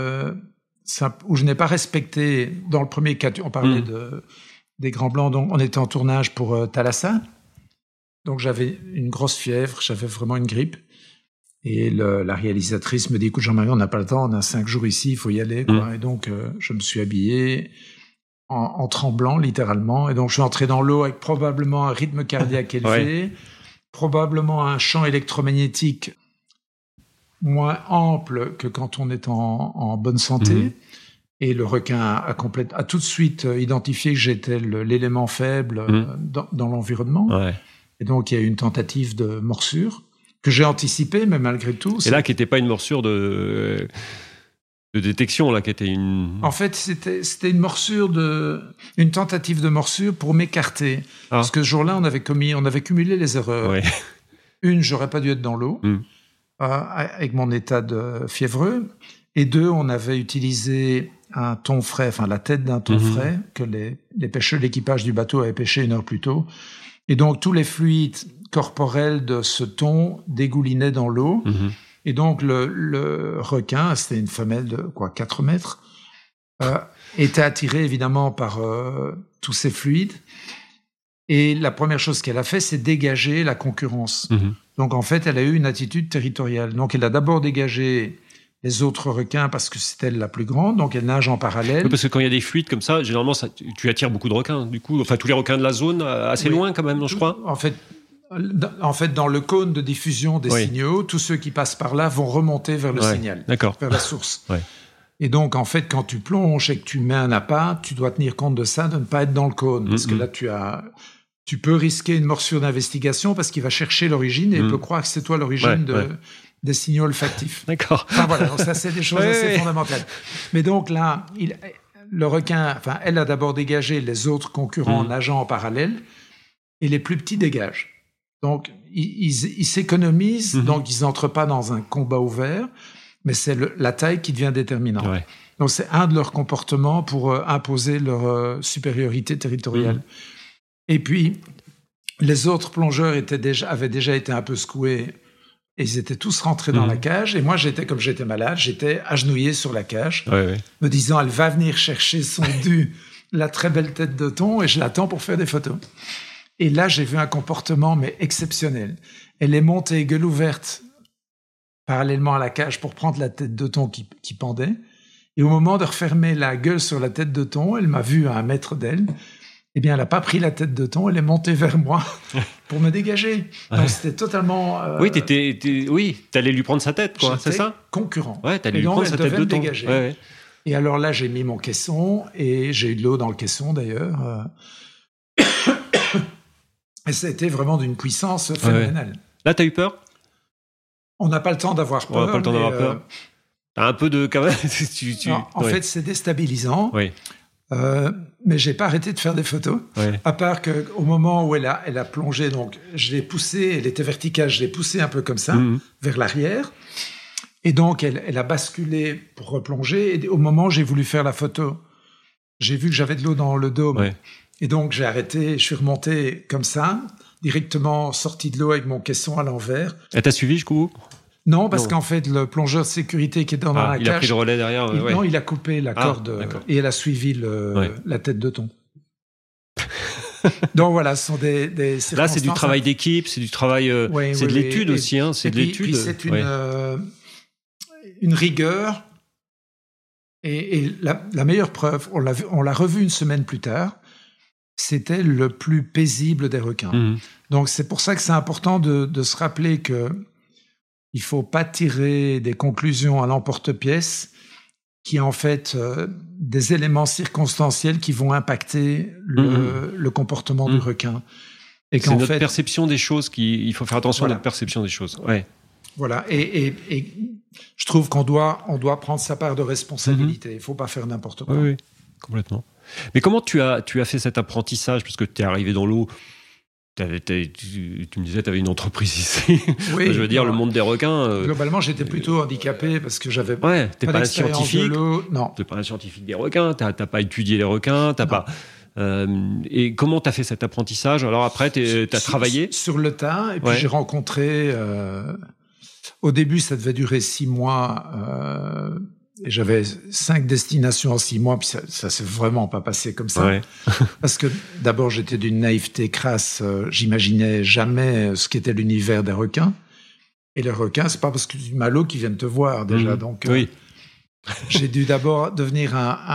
je n'ai pas respecté, dans le premier cas, on parlait des grands blancs, donc on était en tournage pour Thalassa, donc j'avais une grosse fièvre, j'avais vraiment une grippe, et la réalisatrice me dit, écoute Jean-Marie, on n'a pas le temps, on a 5 jours ici, il faut y aller, quoi. Et donc je me suis habillé, en tremblant littéralement, et donc je suis entré dans l'eau avec probablement un rythme cardiaque élevé, probablement un champ électromagnétique moins ample que quand on est en bonne santé, et le requin a tout de suite identifié que j'étais l'élément faible dans l'environnement, et donc il y a eu une tentative de morsure que j'ai anticipée, mais malgré tout... Et là, qui n'était pas une morsure de détection, là, qui était une... En fait, c'était une tentative de morsure pour m'écarter. Parce que ce jour-là, on avait cumulé les erreurs. Une, j'aurais pas dû être dans l'eau, avec mon état de fiévreux. Et 2, on avait utilisé un thon frais, enfin la tête d'un thon frais, que les pêcheurs, l'équipage du bateau avait pêché 1 heure plus tôt. Et donc, tous les fluides corporels de ce thon dégoulinaient dans l'eau. Et donc, le requin, c'était une femelle de 4 mètres, était attiré évidemment par tous ces fluides. Et la première chose qu'elle a fait, c'est dégager la concurrence. Donc, en fait, elle a eu une attitude territoriale. Donc, elle a d'abord dégagé les autres requins parce que c'est elle la plus grande. Donc, elle nage en parallèle. Oui, parce que quand il y a des fluides comme ça, généralement, tu attires beaucoup de requins. Du coup, enfin, tous les requins de la zone, assez loin quand même, je crois. En fait, En fait, dans le cône de diffusion des signaux, tous ceux qui passent par là vont remonter vers le signal, vers la source. Ouais. Et donc, en fait, quand tu plonges et que tu mets un appât, tu dois tenir compte de ça, de ne pas être dans le cône. Parce que là, tu peux risquer une morsure d'investigation parce qu'il va chercher l'origine et il peut croire que c'est toi l'origine des signaux olfactifs. D'accord. Enfin, voilà, donc ça, c'est des choses assez fondamentales. Mais donc là, le requin, elle a d'abord dégagé les autres concurrents nageant en parallèle et les plus petits dégagent. Donc, ils s'économisent, donc ils n'entrent pas dans un combat ouvert, mais c'est la taille qui devient déterminante. Ouais. Donc, c'est un de leurs comportements pour imposer leur supériorité territoriale. Et puis, les autres plongeurs avaient déjà été un peu secoués et ils étaient tous rentrés dans la cage. Et moi, comme j'étais malade, j'étais agenouillé sur la cage, me disant, elle va venir chercher son dû, la très belle tête de thon, et je l'attends pour faire des photos. Et là, j'ai vu un comportement, mais exceptionnel. Elle est montée gueule ouverte parallèlement à la cage pour prendre la tête de thon qui pendait. Et au moment de refermer la gueule sur la tête de thon, elle m'a vu à 1 mètre d'elle. Eh bien, elle n'a pas pris la tête de thon, elle est montée vers moi pour me dégager. Donc, c'était totalement... Oui, t'allais lui prendre sa tête, quoi, c'est ça ? Concurrent. Ouais, t'allais lui prendre sa tête de thon. Dégager. Ouais. Et alors là, j'ai mis mon caisson, et j'ai eu de l'eau dans le caisson, d'ailleurs. Et ça a été vraiment d'une puissance phénoménale. Là, t'as eu peur ? On n'a pas le temps d'avoir peur. On n'a pas le temps d'avoir peur. T'as un peu de... Non, en fait, c'est déstabilisant. Oui. Mais j'ai pas arrêté de faire des photos. À part qu'au moment où elle a plongé, donc je l'ai poussée, elle était verticale, je l'ai poussée un peu comme ça, vers l'arrière. Et donc, elle a basculé pour replonger. Et au moment où j'ai voulu faire la photo, j'ai vu que j'avais de l'eau dans le dôme. Ouais. Et donc, j'ai arrêté, je suis remonté comme ça, directement sorti de l'eau avec mon caisson à l'envers. Elle t'a suivi jusqu'au bout ? Non, parce qu'en fait, le plongeur de sécurité qui était dans la cage... Il a pris le relais derrière. Non, il a coupé la corde et elle a suivi la tête de thon. Donc voilà, ce sont des circonstances... Là, c'est du travail d'équipe, c'est du travail... c'est de l'étude aussi, hein, c'est de l'étude. Puis c'est une rigueur. Et la meilleure preuve, on l'a revu une semaine plus tard, c'était le plus paisible des requins. Donc c'est pour ça que c'est important de se rappeler que il faut pas tirer des conclusions à l'emporte-pièce qui en fait des éléments circonstanciels qui vont impacter le comportement du requin. Et c'est notre perception des choses il faut faire attention à notre perception des choses. Ouais. Voilà. Et je trouve qu'on doit prendre sa part de responsabilité. Il faut pas faire n'importe quoi. Oui, complètement. Mais comment tu as fait cet apprentissage ? Parce que tu es arrivé dans l'eau, tu me disais tu avais une entreprise ici. Oui, je veux dire, le monde des requins... Globalement, j'étais plutôt handicapé parce que j'avais t'es pas un scientifique. Non. T'es pas un scientifique des requins, t'as pas étudié les requins, t'as pas... et comment tu as fait cet apprentissage ? Alors après, tu as travaillé sur le tas, et puis j'ai rencontré... Au début, ça devait durer 6 mois... Et j'avais 5 destinations en 6 mois, puis ça s'est vraiment pas passé comme ça. Ouais. Parce que d'abord, j'étais d'une naïveté crasse. J'imaginais jamais ce qu'était l'univers des requins. Et les requins, c'est pas parce que tu es malo qu'ils viennent te voir déjà. Donc, j'ai dû d'abord devenir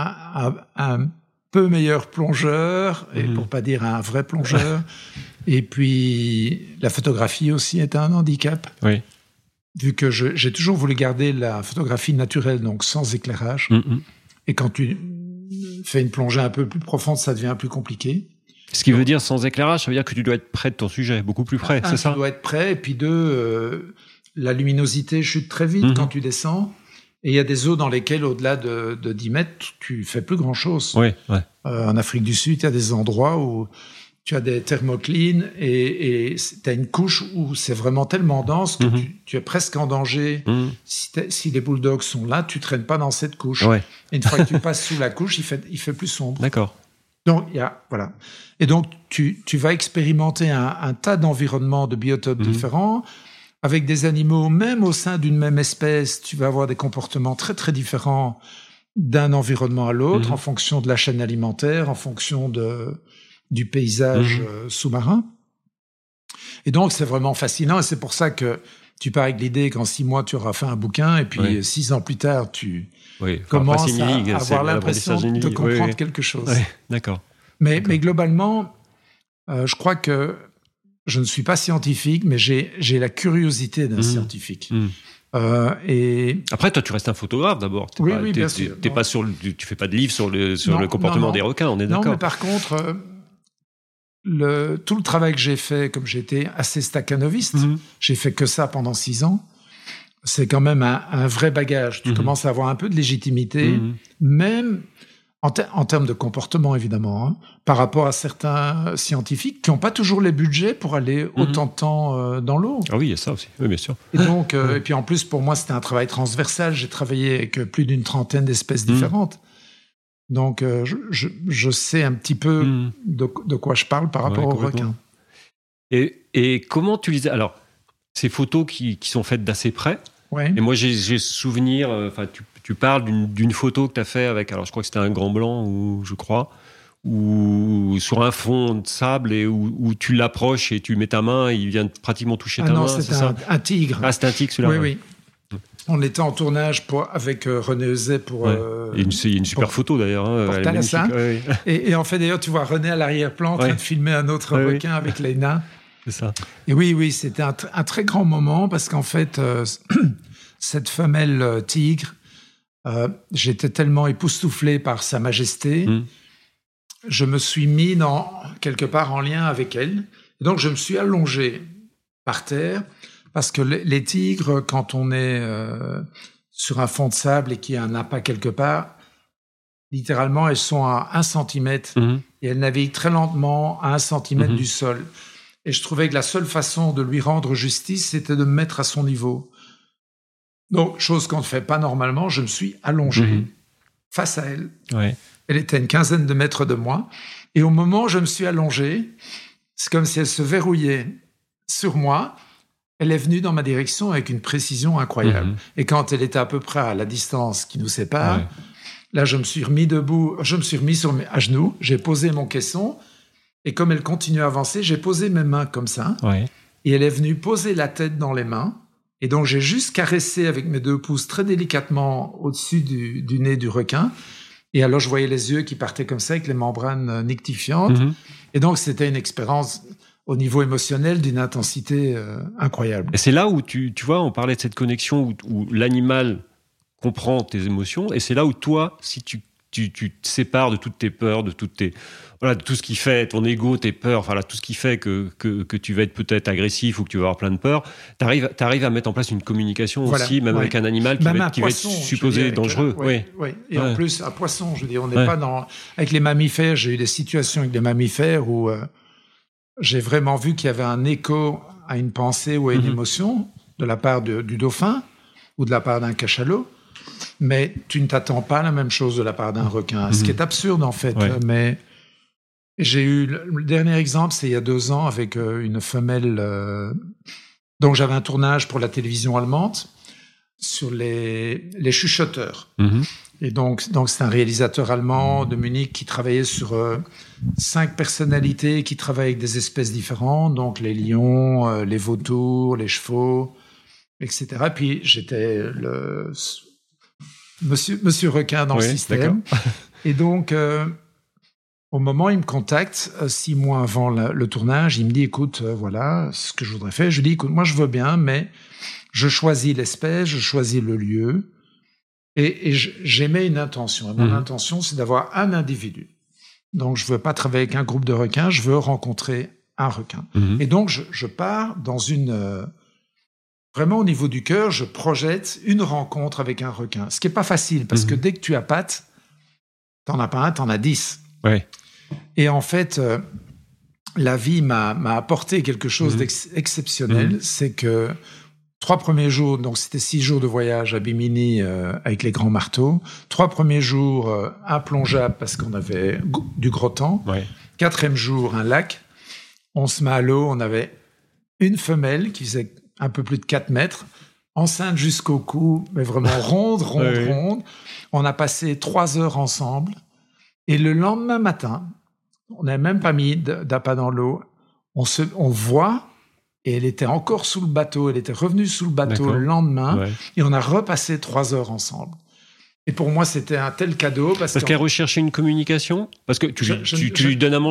un peu meilleur plongeur, et pour pas dire un vrai plongeur. Et puis, la photographie aussi est un handicap. Oui. Vu que j'ai toujours voulu garder la photographie naturelle, donc sans éclairage. Et quand tu fais une plongée un peu plus profonde, ça devient plus compliqué. Ce qui veut dire sans éclairage, ça veut dire que tu dois être près de ton sujet, beaucoup plus près, c'est ça ? Tu dois être près, et puis la luminosité chute très vite quand tu descends. Et il y a des eaux dans lesquelles, au-delà de 10 mètres, tu fais plus grand-chose. En Afrique du Sud, il y a des endroits où... Tu as des thermoclines et tu as une couche où c'est vraiment tellement dense que tu es presque en danger. Si les bulldogs sont là, tu ne traînes pas dans cette couche. Ouais. Et une fois que tu passes sous la couche, il fait plus sombre. D'accord. Donc, voilà. Et donc, tu vas expérimenter un tas d'environnements, de biotopes différents, avec des animaux, même au sein d'une même espèce, tu vas avoir des comportements très, très différents d'un environnement à l'autre, en fonction de la chaîne alimentaire, en fonction du paysage sous-marin. Et donc, c'est vraiment fascinant. Et c'est pour ça que tu pars avec l'idée qu'en 6 mois, tu auras fait un bouquin. Et puis, 6 ans plus tard, tu commences à avoir l'impression de comprendre quelque chose. D'accord. Mais globalement, je crois que je ne suis pas scientifique, mais j'ai la curiosité d'un scientifique. Et après, toi, tu restes un photographe d'abord. Bien sûr. Tu fais pas de livre sur le comportement des requins, on est d'accord. Non, mais par contre, tout le travail que j'ai fait, comme j'étais assez staccanoviste, j'ai fait que ça pendant 6 ans. C'est quand même un vrai bagage. Tu commences à avoir un peu de légitimité, même en termes de comportement, évidemment, par rapport à certains scientifiques qui n'ont pas toujours les budgets pour aller autant de temps dans l'eau. Ah oui, il y a ça aussi, oui, bien sûr. Et donc, et puis en plus, pour moi, c'était un travail transversal. J'ai travaillé avec plus d'une trentaine d'espèces différentes. Donc, je sais un petit peu de quoi je parle par rapport aux requins. Et comment tu lisais... Alors, ces photos qui sont faites d'assez près, et moi, j'ai souvenir... Tu parles d'une photo que tu as fait avec... Alors, je crois que c'était un grand blanc, ou sur un fond de sable, et où tu l'approches et tu mets ta main, il vient pratiquement toucher ta main. Non, c'était un tigre. Ah, c'était un tigre, celui-là. Oui. On était en tournage avec René Euzet pour... C'est une super photo, d'ailleurs. Pour Thalassa. Et en fait, d'ailleurs, tu vois René à l'arrière-plan en train de filmer un autre requin avec Léna. C'est ça. Et oui, c'était un très grand moment, parce qu'en fait, cette femelle tigre, j'étais tellement époustouflé par sa majesté, je me suis mis quelque part en lien avec elle. Et donc, je me suis allongé par terre, parce que les tigres, quand on est sur un fond de sable et qu'il y a un appât quelque part, littéralement, elles sont à 1 centimètre et elles naviguent très lentement à 1 centimètre du sol. Et je trouvais que la seule façon de lui rendre justice, c'était de me mettre à son niveau. Donc, chose qu'on ne fait pas normalement, je me suis allongé face à elle. Elle était à une quinzaine de mètres de moi. Et au moment où je me suis allongé, c'est comme si elle se verrouillait sur moi. Elle est venue dans ma direction avec une précision incroyable. Et quand elle était à peu près à la distance qui nous sépare, là, je me suis remis debout, je me suis remis à genoux, j'ai posé mon caisson, et comme elle continue à avancer, j'ai posé mes mains comme ça, et elle est venue poser la tête dans les mains, et donc j'ai juste caressé avec mes 2 pouces très délicatement au-dessus du nez du requin, et alors je voyais les yeux qui partaient comme ça avec les membranes nictifiantes, et donc c'était une expérience au niveau émotionnel d'une intensité incroyable. Et c'est là où tu vois, on parlait de cette connexion où l'animal comprend tes émotions, et c'est là où toi, si tu te sépares de toutes tes peurs, de tout ce qui fait ton ego, tes peurs, tout ce qui fait que tu vas être peut-être agressif ou que tu vas avoir plein de peurs, t'arrives à mettre en place une communication aussi, même avec un animal qui va être supposé dangereux. Et en plus, un poisson, je veux dire, on n'est pas avec les mammifères. J'ai eu des situations avec des mammifères où j'ai vraiment vu qu'il y avait un écho à une pensée ou à une émotion de la part du dauphin ou de la part d'un cachalot. Mais tu ne t'attends pas à la même chose de la part d'un requin. Ce qui est absurde, en fait. Mais j'ai eu... Le dernier exemple, c'est il y a 2 ans, avec une femelle... Donc, j'avais un tournage pour la télévision allemande sur les chuchoteurs. Et donc, c'est un réalisateur allemand de Munich qui travaillait sur 5 personnalités qui travaillent avec des espèces différentes. Donc, les lions, les vautours, les chevaux, etc. Puis, j'étais le... Monsieur requin dans le système. Et donc, au moment où il me contacte, 6 mois avant le tournage, il me dit, écoute, voilà ce que je voudrais faire. Je lui dis, écoute, moi je veux bien, mais je choisis l'espèce, je choisis le lieu, et j'émets une intention. Et mon intention, c'est d'avoir un individu. Donc, je veux pas travailler avec un groupe de requins, je veux rencontrer un requin. Et donc, je pars dans une... Vraiment, au niveau du cœur, je projette une rencontre avec un requin. Ce qui n'est pas facile, parce que dès que tu appâtes, t'en as pas un, t'en as 10. Et en fait, la vie m'a apporté quelque chose d'exceptionnel. C'est que 3 premiers jours, donc c'était 6 jours de voyage à Bimini avec les grands marteaux. 3 premiers jours, implongeable parce qu'on avait du gros temps. 4e jour, un lac. On se met à l'eau, on avait une femelle qui faisait un peu plus de 4 mètres, enceinte jusqu'au cou, mais vraiment ronde. On a passé 3 heures ensemble. Et le lendemain matin, on n'avait même pas mis d'appât dans l'eau. On voit, et elle était encore sous le bateau. Elle était revenue sous le bateau le lendemain. Et on a repassé 3 heures ensemble. Et pour moi, c'était un tel cadeau. Parce qu'elle recherchait une communication ? Parce que tu lui donnes à manger ?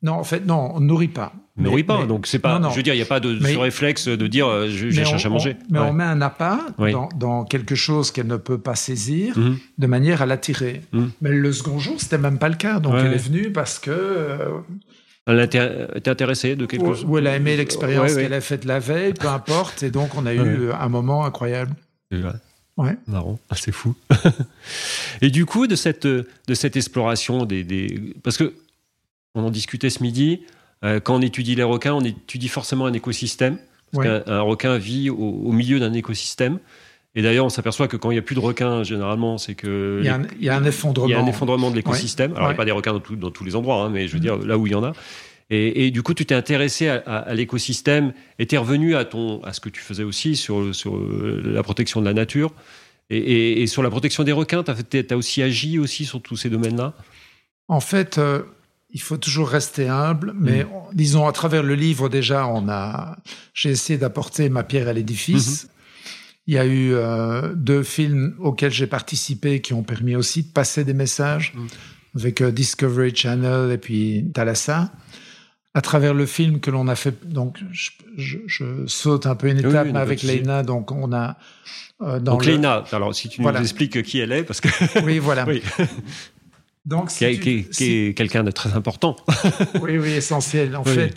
Non, en fait, non, on ne nourrit pas. On ne nourrit pas, donc c'est pas... Non. Je veux dire, il n'y a pas ce réflexe de dire je cherche à manger. On met un appât dans quelque chose qu'elle ne peut pas saisir de manière à l'attirer. Mais le second jour, c'était même pas le cas. Donc elle est venue parce que... Elle était intéressée de quelque chose. Ou elle a aimé l'expérience qu'elle a faite la veille, peu importe. Et donc on a eu un moment incroyable. Ouais. Marrant, c'est fou. Et du coup, de cette exploration parce que on en discutait ce midi, quand on étudie les requins, on étudie forcément un écosystème. Parce qu'un requin vit au milieu d'un écosystème. Et d'ailleurs, on s'aperçoit que quand il n'y a plus de requins, généralement, c'est que... Il y a un effondrement. Il y a un effondrement de l'écosystème. Alors, il n'y a pas des requins dans tous les endroits, mais je veux dire, là où il y en a. Et du coup, tu t'es intéressé à l'écosystème et tu es revenu à ce que tu faisais aussi sur la protection de la nature. Et sur la protection des requins, tu as aussi agi aussi sur tous ces domaines-là. En fait, il faut toujours rester humble, mais disons, à travers le livre, déjà, j'ai essayé d'apporter ma pierre à l'édifice. Il y a eu 2 films auxquels j'ai participé qui ont permis aussi de passer des messages avec Discovery Channel et puis Thalassa. À travers le film que l'on a fait, donc je saute un peu une étape, mais avec Léna, donc on a... Léna, alors si tu nous expliques qui elle est, parce que... Oui, voilà. Donc, qui est quelqu'un de très important. Oui, essentiel. En fait,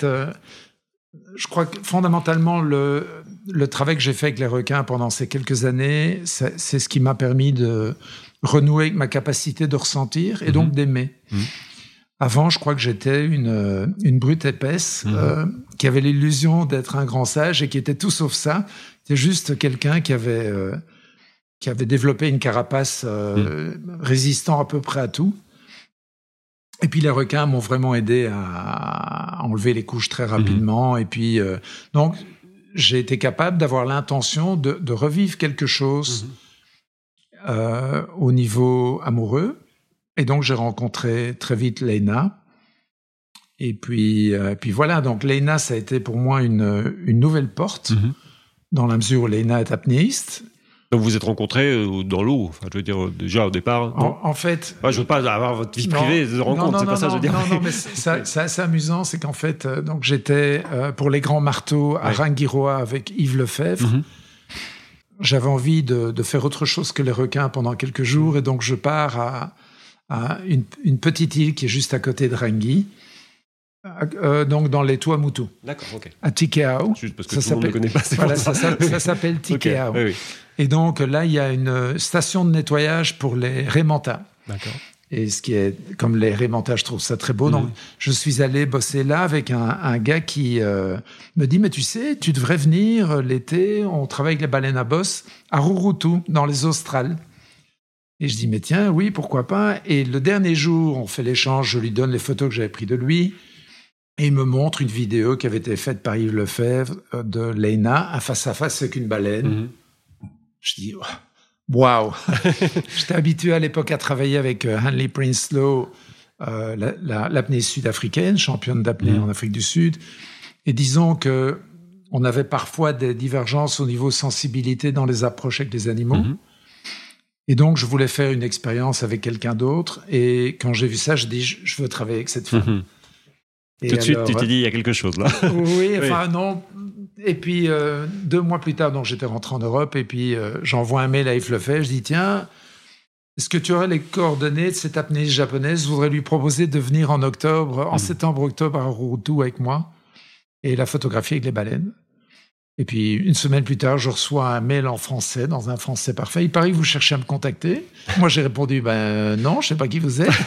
je crois que fondamentalement, le travail que j'ai fait avec les requins pendant ces quelques années, c'est ce qui m'a permis de renouer avec ma capacité de ressentir et donc d'aimer. Avant, je crois que j'étais une brute épaisse qui avait l'illusion d'être un grand sage et qui était tout sauf ça. C'était juste quelqu'un qui avait développé une carapace résistant à peu près à tout. Et puis les requins m'ont vraiment aidé à enlever les couches très rapidement. Et puis donc j'ai été capable d'avoir l'intention de revivre quelque chose au niveau amoureux. Et donc j'ai rencontré très vite Léna. Et puis voilà. Donc Léna, ça a été pour moi une nouvelle porte dans la mesure où Léna est apnéiste. Donc vous êtes rencontrés dans l'eau, enfin, je veux dire déjà au départ. En fait, je veux pas avoir votre vie privée de rencontre, c'est pas ça, je veux dire. Non, mais c'est assez amusant, c'est qu'en fait, donc j'étais pour les grands marteaux à Rangiroa avec Yves Lefebvre. J'avais envie de faire autre chose que les requins pendant quelques jours, et donc je pars à une petite île qui est juste à côté de Rangui. Donc dans les Tuamotu. D'accord, ok. À Tikehau. Juste parce que tout le monde ne connaît pas. Ça s'appelle Tikehau. Okay. Oui. Et donc là, il y a une station de nettoyage pour les raimentas. D'accord. Et ce qui est, comme les raimentas, je trouve ça très beau. Donc je suis allé bosser là avec un gars qui me dit, mais tu sais, tu devrais venir l'été, on travaille avec les baleines à bosse à Rurutu, dans les Australes. Et je dis, mais tiens, oui, pourquoi pas. Et le dernier jour, on fait l'échange, je lui donne les photos que j'avais prises de lui. Et il me montre une vidéo qui avait été faite par Yves Lefebvre de Léna, un face-à-face avec une baleine. Je dis, waouh. J'étais habitué à l'époque à travailler avec Hanley Prinsloo, l'apnée sud-africaine, championne d'apnée en Afrique du Sud. Et disons que on avait parfois des divergences au niveau sensibilité dans les approches avec les animaux. Et donc, je voulais faire une expérience avec quelqu'un d'autre. Et quand j'ai vu ça, je dis, je veux travailler avec cette femme. Et tout de suite, tu t'es dit, il y a quelque chose là. Oui, enfin non. Et puis, 2 mois plus tard, donc j'étais rentré en Europe, et puis j'envoie un mail à Yves Lefebvre, je dis, tiens, est-ce que tu aurais les coordonnées de cette apnéiste japonaise? Je voudrais lui proposer de venir en septembre-octobre à Rurutu avec moi, et la photographier avec les baleines. Et puis, 1 semaine plus tard, je reçois un mail en français, dans un français parfait. Il paraît que vous cherchez à me contacter. Moi, j'ai répondu, non, je sais pas qui vous êtes.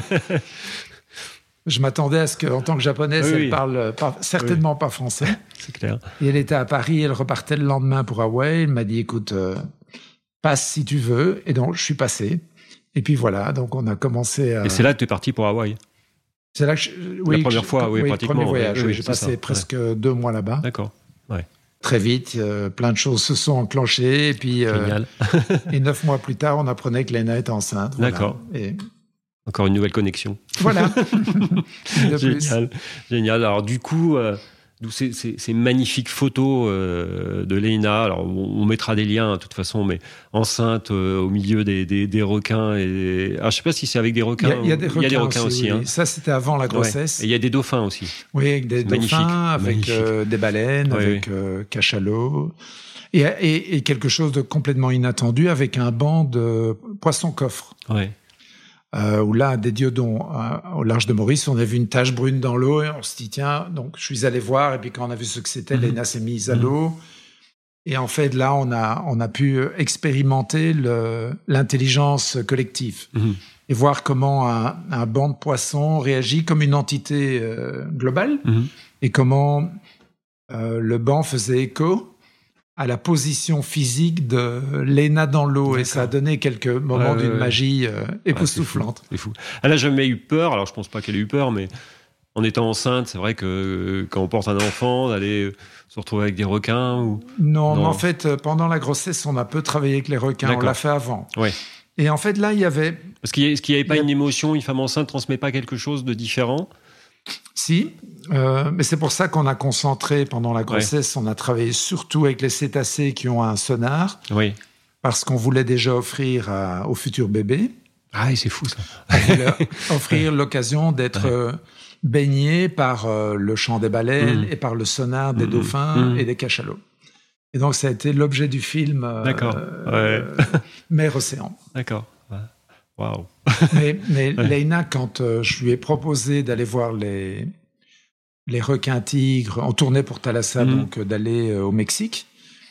Je m'attendais à ce qu'en tant que japonaise, elle parle certainement pas français. C'est clair. Et elle était à Paris, elle repartait le lendemain pour Hawaï. Elle m'a dit, écoute, passe si tu veux. Et donc, je suis passé. Et puis voilà, donc on a commencé à... Et c'est là que tu es parti pour Hawaï? C'est là que la première fois, pratiquement. Premier voyage, j'ai passé presque 2 mois là-bas. D'accord, Très vite, plein de choses se sont enclenchées. Et puis, génial. Et 9 mois plus tard, on apprenait que Léna était enceinte. D'accord. Voilà. Et... Encore une nouvelle connexion. Voilà. Génial. Alors du coup, ces magnifiques photos de Léina. Alors, on mettra des liens, de toute façon, mais enceinte au milieu des requins. Alors, je ne sais pas si c'est avec des requins. Il y a des requins aussi. Oui. Hein. Ça, c'était avant la grossesse. Ouais. Et il y a des dauphins aussi. Oui, avec des dauphins, avec des baleines, avec cachalots. Et quelque chose de complètement inattendu, avec un banc de poissons-coffres. Ouais. Où là, des diodons, au large de Maurice, on a vu une tache brune dans l'eau et on se dit, tiens, donc je suis allé voir, et puis quand on a vu ce que c'était, Léina s'est mise à l'eau. Et en fait, là, on a pu expérimenter l'intelligence collective et voir comment un banc de poissons réagit comme une entité globale et comment le banc faisait écho à la position physique de Léina dans l'eau. D'accord. Et ça a donné quelques moments d'une magie époustouflante. C'est fou. Elle n'a jamais eu peur, alors je ne pense pas qu'elle ait eu peur, mais en étant enceinte, c'est vrai que quand on porte un enfant, d'aller se retrouver avec des requins ou... Non, mais en fait, pendant la grossesse, on a peu travaillé avec les requins, D'accord. On l'a fait avant. Ouais. Et en fait, là, il y avait... Est-ce qu'il n'y avait pas une émotion, une femme enceinte ne transmet pas quelque chose de différent ? Si, mais c'est pour ça qu'on a concentré pendant la grossesse, on a travaillé surtout avec les cétacés qui ont un sonar, parce qu'on voulait déjà offrir au futur bébé. Ah, c'est fou ça. On voulait offrir l'occasion d'être baigné par le chant des baleines et par le sonar des dauphins et des cachalots. Et donc ça a été l'objet du film Mer-Océan. D'accord. Waouh. Mais Léina, quand je lui ai proposé d'aller voir les requins tigres, on tournait pour Thalassa, donc d'aller au Mexique,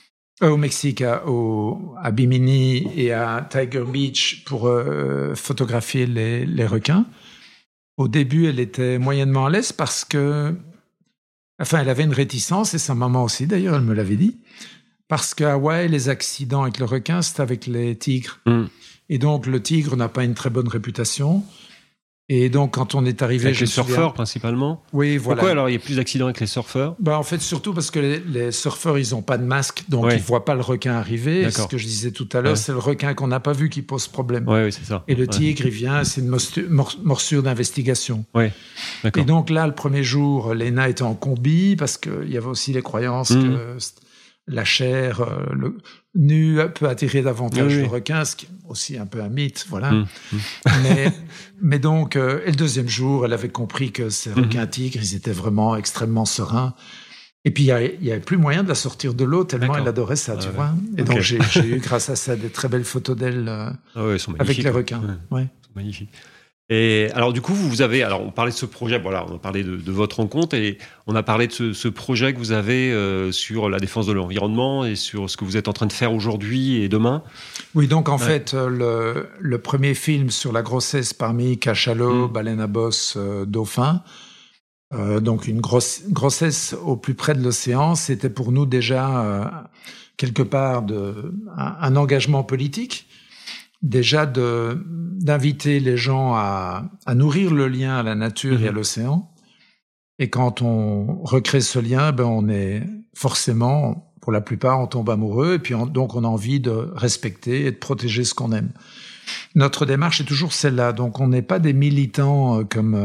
à Bimini et à Tiger Beach pour photographier les requins. Au début, elle était moyennement à l'aise parce que, elle avait une réticence, et sa maman aussi d'ailleurs, elle me l'avait dit, parce qu'à Hawaï, les accidents avec le requin, c'est avec les tigres. Et donc, le tigre n'a pas une très bonne réputation. Et donc, quand on est arrivé... Avec les surfeurs, principalement ? Oui, voilà. Pourquoi alors il y a plus d'accidents avec les surfeurs ? En fait, surtout parce que les surfeurs, ils n'ont pas de masque, donc ils ne voient pas le requin arriver. Ce que je disais tout à l'heure, c'est le requin qu'on n'a pas vu qui pose problème. Oui, c'est ça. Et le tigre, il vient, c'est une morsure d'investigation. Oui, d'accord. Et donc là, le premier jour, Léina était en combi, parce qu'il y avait aussi les croyances que... la chair nue peut attirer davantage le requin, ce qui est aussi un peu un mythe, voilà. Mais donc, et le deuxième jour, elle avait compris que ces requins tigres, ils étaient vraiment extrêmement sereins. Et puis, il n'y avait plus moyen de la sortir de l'eau, tellement elle adorait ça, tu vois. Et donc, j'ai eu, grâce à ça, des très belles photos d'elle avec les requins. Ouais. C'est magnifique. Et alors du coup, on parlait de ce projet, voilà, on a parlé de votre rencontre et on a parlé de ce projet que vous avez sur la défense de l'environnement et sur ce que vous êtes en train de faire aujourd'hui et demain. Oui, donc en fait, le premier film sur la grossesse parmi cachalots, baleines à bosse, dauphins, donc une grossesse au plus près de l'océan, c'était pour nous déjà quelque part un engagement politique. Déjà d'inviter les gens à nourrir le lien à la nature et à l'océan. Et quand on recrée ce lien, on est forcément, pour la plupart, on tombe amoureux. Et puis donc on a envie de respecter et de protéger ce qu'on aime. Notre démarche est toujours celle-là. Donc on n'est pas des militants comme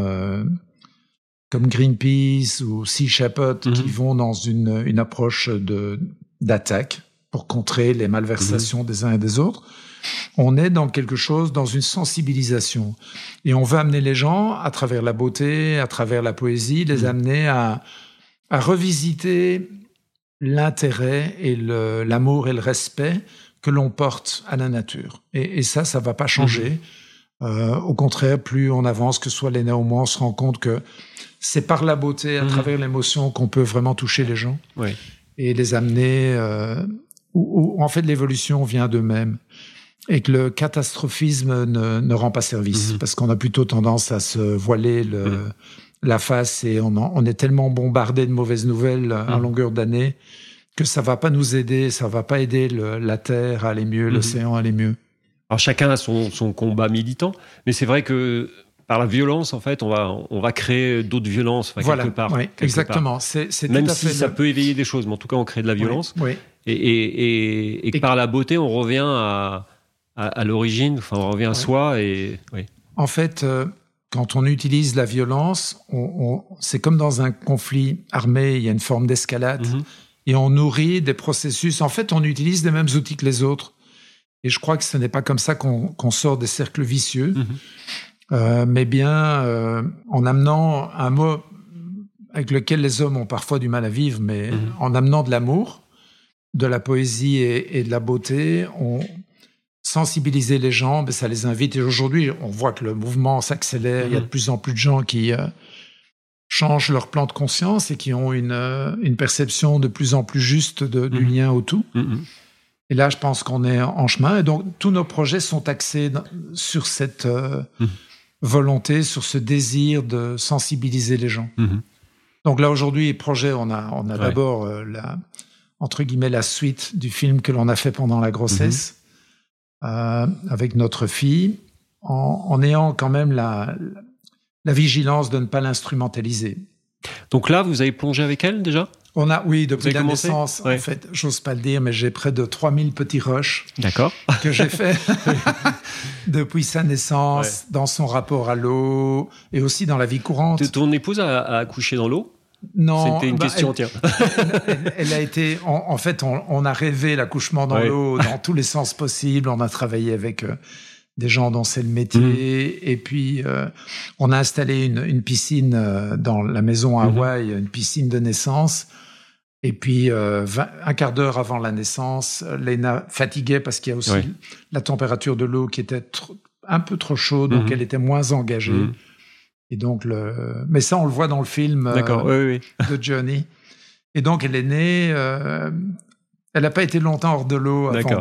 Greenpeace ou Sea Shepherd qui vont dans une approche d'attaque pour contrer les malversations des uns et des autres. On est dans quelque chose, dans une sensibilisation. Et on veut amener les gens, à travers la beauté, à travers la poésie, les amener à revisiter l'intérêt et l'amour et le respect que l'on porte à la nature. Et ça va pas changer. Au contraire, plus on avance, que ce soit Léina ou moi, on se rend compte que c'est par la beauté, à travers l'émotion, qu'on peut vraiment toucher les gens et les amener où en fait l'évolution vient d'eux-mêmes. Et que le catastrophisme ne rend pas service, parce qu'on a plutôt tendance à se voiler la face et on est tellement bombardé de mauvaises nouvelles en longueur d'année que ça va pas nous aider, ça va pas aider la Terre à aller mieux, l'océan à aller mieux. Alors chacun a son combat militant, mais c'est vrai que par la violence, en fait, on va créer d'autres violences, quelque part. Oui, exactement. C'est même tout à si fait ça peut éveiller des choses, mais en tout cas, on crée de la violence. Oui. Et par la beauté, on revient à l'origine, on revient à soi. En fait, quand on utilise la violence, c'est comme dans un conflit armé, il y a une forme d'escalade, et on nourrit des processus. En fait, on utilise les mêmes outils que les autres. Et je crois que ce n'est pas comme ça qu'on sort des cercles vicieux, mais bien en amenant un mot avec lequel les hommes ont parfois du mal à vivre, mais en amenant de l'amour, de la poésie et de la beauté, on sensibiliser les gens, ça les invite. Et aujourd'hui, on voit que le mouvement s'accélère. Il y a de plus en plus de gens qui changent leur plan de conscience et qui ont une perception de plus en plus juste du lien au tout. Et là, je pense qu'on est en chemin. Et donc, tous nos projets sont axés sur cette volonté, sur ce désir de sensibiliser les gens. Donc là, aujourd'hui, projet, on a d'abord entre guillemets, la suite du film que l'on a fait pendant la grossesse. Avec notre fille, en ayant quand même la vigilance de ne pas l'instrumentaliser. Donc là, vous avez plongé avec elle déjà ? Oui, depuis la naissance, en fait, j'ose pas le dire, mais j'ai près de 3000 petits rushs que j'ai fait depuis sa naissance, dans son rapport à l'eau et aussi dans la vie courante. Ton épouse a accouché dans l'eau ? Non, c'était une question, tiens. Elle a été... En fait, on a rêvé l'accouchement dans l'eau dans tous les sens possibles. On a travaillé avec des gens dont c'est le métier. Et puis, on a installé une piscine dans la maison à Hawaï, une piscine de naissance. Et puis, un quart d'heure avant la naissance, Léna fatiguée parce qu'il y a aussi la température de l'eau qui était un peu trop chaude, donc elle était moins engagée. Et donc mais ça, on le voit dans le film de Johnny. Et donc, elle est née... elle n'a pas été longtemps hors de l'eau avant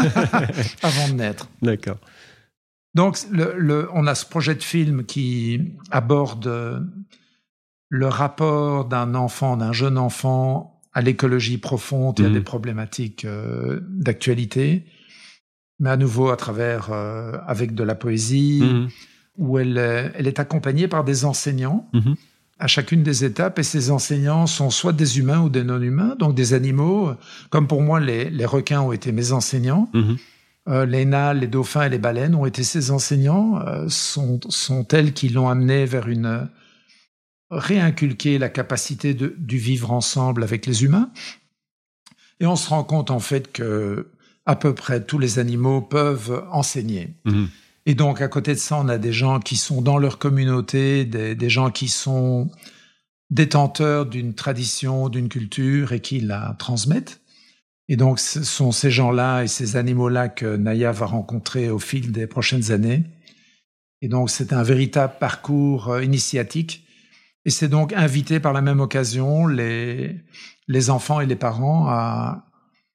de naître. D'accord. Donc, on a ce projet de film qui aborde le rapport d'un jeune enfant à l'écologie profonde et à des problématiques d'actualité, mais à nouveau à travers, avec de la poésie, où elle est accompagnée par des enseignants à chacune des étapes, et ces enseignants sont soit des humains ou des non-humains, donc des animaux, comme pour moi les requins ont été mes enseignants, les nals, les dauphins et les baleines ont été ces enseignants, sont elles qui l'ont amené vers réinculquer la capacité du vivre ensemble avec les humains. Et on se rend compte en fait que à peu près tous les animaux peuvent enseigner. Et donc, à côté de ça, on a des gens qui sont dans leur communauté, des gens qui sont détenteurs d'une tradition, d'une culture et qui la transmettent. Et donc, ce sont ces gens-là et ces animaux-là que Naya va rencontrer au fil des prochaines années. Et donc, c'est un véritable parcours initiatique. Et c'est donc invité par la même occasion les enfants et les parents à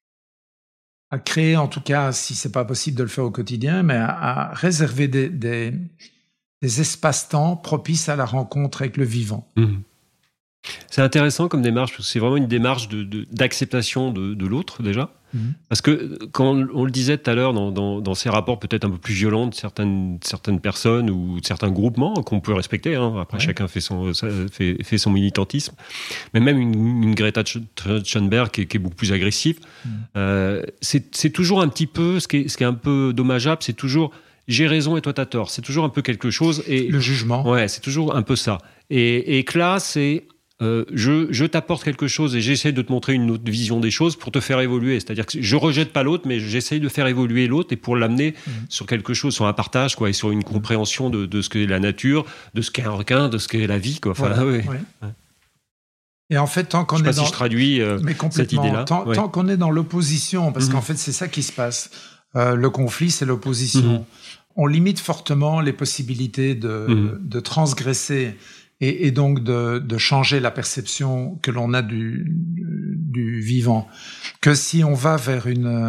créer, en tout cas, si c'est pas possible de le faire au quotidien, mais à réserver des espaces-temps propices à la rencontre avec le vivant. C'est intéressant comme démarche, parce que c'est vraiment une démarche d'acceptation de l'autre, déjà. Parce que, quand on le disait tout à l'heure, dans ces rapports peut-être un peu plus violents de certaines personnes ou de certains groupements qu'on peut respecter, après chacun fait son militantisme, mais même une Greta Thunberg qui est beaucoup plus agressive, c'est toujours un petit peu, ce qui est un peu dommageable, c'est toujours j'ai raison et toi t'as tort, c'est toujours un peu quelque chose. Et le jugement. Ouais, c'est toujours un peu ça. Et que là, c'est... je t'apporte quelque chose et j'essaie de te montrer une autre vision des choses pour te faire évoluer. C'est-à-dire que je rejette pas l'autre, mais j'essaie de faire évoluer l'autre et pour l'amener sur quelque chose, sur un partage, et sur une compréhension de ce qu'est la nature, de ce qu'est un requin, de ce qu'est la vie, Enfin, Et en fait, tant qu'on est si je traduis cette idée-là. Tant qu'on est dans l'opposition, parce qu'en fait, c'est ça qui se passe. Le conflit, c'est l'opposition. On limite fortement les possibilités de transgresser et donc de changer la perception que l'on a du vivant. Que si on va vers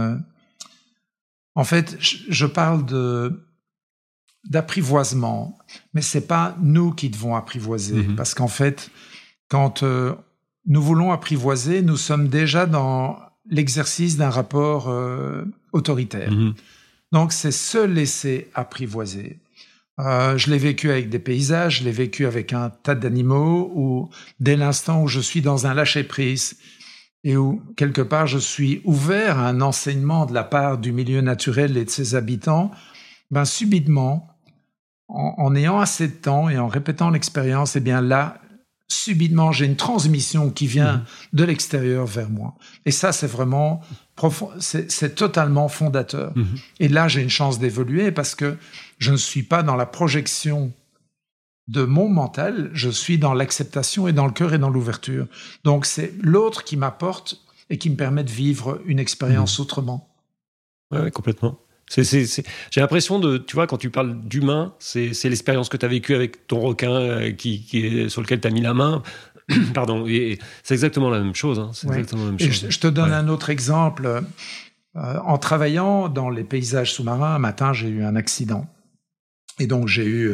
en fait, je parle d'apprivoisement, mais c'est pas nous qui devons apprivoiser, parce qu'en fait, quand nous voulons apprivoiser, nous sommes déjà dans l'exercice d'un rapport autoritaire. Donc, c'est se laisser apprivoiser. Je l'ai vécu avec des paysages, je l'ai vécu avec un tas d'animaux, où dès l'instant où je suis dans un lâcher-prise et où, quelque part, je suis ouvert à un enseignement de la part du milieu naturel et de ses habitants, subitement, en ayant assez de temps et en répétant l'expérience, eh bien là, subitement, j'ai une transmission qui vient de l'extérieur vers moi. Et ça, c'est vraiment profond, c'est totalement fondateur. Et là, j'ai une chance d'évoluer parce que je ne suis pas dans la projection de mon mental, je suis dans l'acceptation et dans le cœur et dans l'ouverture. Donc, c'est l'autre qui m'apporte et qui me permet de vivre une expérience autrement. Oui, complètement. J'ai l'impression tu vois, quand tu parles d'humain, c'est l'expérience que tu as vécue avec ton requin sur lequel tu as mis la main. Pardon, et c'est exactement la même chose. Hein. C'est exactement la même chose. Je te donne un autre exemple. En travaillant dans les paysages sous-marins, un matin, j'ai eu un accident. Et donc, j'ai eu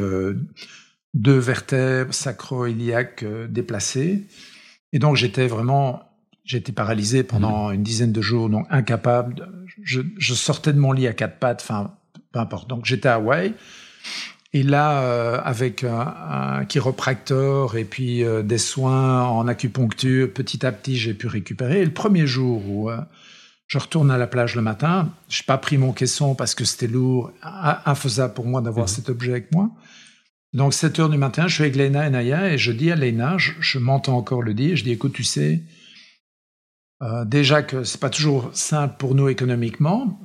2 vertèbres sacro-iliaques déplacées. Et donc, j'étais paralysé pendant une dizaine de jours, donc incapable. Je sortais de mon lit à 4 pattes, enfin, peu importe. Donc, j'étais à Hawaï. Et là, avec un chiropracteur et puis des soins en acupuncture, petit à petit, j'ai pu récupérer. Et le premier jour où je retourne à la plage le matin, je n'ai pas pris mon caisson parce que c'était lourd, infaisable pour moi d'avoir cet objet avec moi. Donc, 7 heures du matin, je suis avec Léna et Naya et je dis à Léna, je m'entends encore le dire, je dis, écoute, tu sais, déjà que c'est pas toujours simple pour nous économiquement,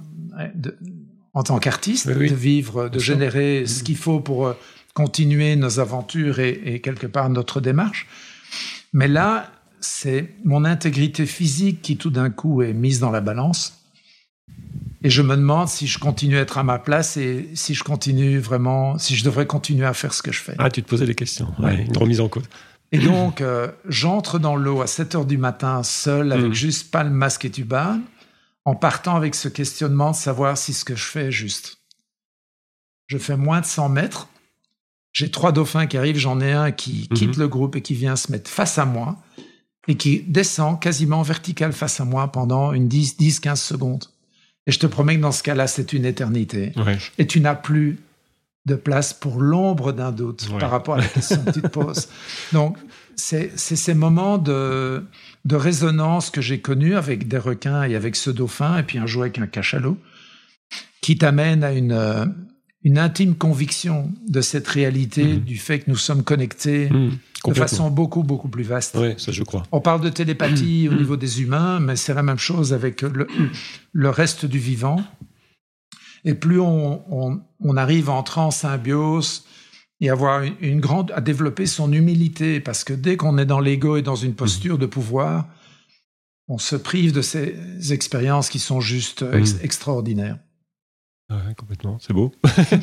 en tant qu'artiste, de vivre, de générer ce qu'il faut pour continuer nos aventures et quelque part notre démarche. Mais là, c'est mon intégrité physique qui tout d'un coup est mise dans la balance. Et je me demande si je continue à être à ma place et si je devrais continuer à faire ce que je fais. Ah, tu te posais des questions. Ouais, une remise en cause. Et donc, j'entre dans l'eau à 7 heures du matin, seul, avec juste palme, masque et tuba, en partant avec ce questionnement de savoir si ce que je fais est juste. Je fais moins de 100 mètres. J'ai 3 dauphins qui arrivent. J'en ai un qui quitte le groupe et qui vient se mettre face à moi et qui descend quasiment vertical face à moi pendant une 10-15 secondes. Et je te promets que dans ce cas-là, c'est une éternité. Ouais. Et tu n'as plus de place pour l'ombre d'un doute par rapport à la question que tu te poses. Donc, c'est ces moments de résonance que j'ai connus avec des requins et avec ce dauphin, et puis un jour avec un cachalot, qui t'amènent à une intime conviction de cette réalité, du fait que nous sommes connectés de façon beaucoup, beaucoup plus vaste. Oui, ça je crois. On parle de télépathie au niveau des humains, mais c'est la même chose avec le reste du vivant. Et plus on arrive à entrer en symbiose et à développer son humilité, parce que dès qu'on est dans l'ego et dans une posture de pouvoir, on se prive de ces expériences qui sont juste extraordinaires. Ouais, complètement, c'est beau.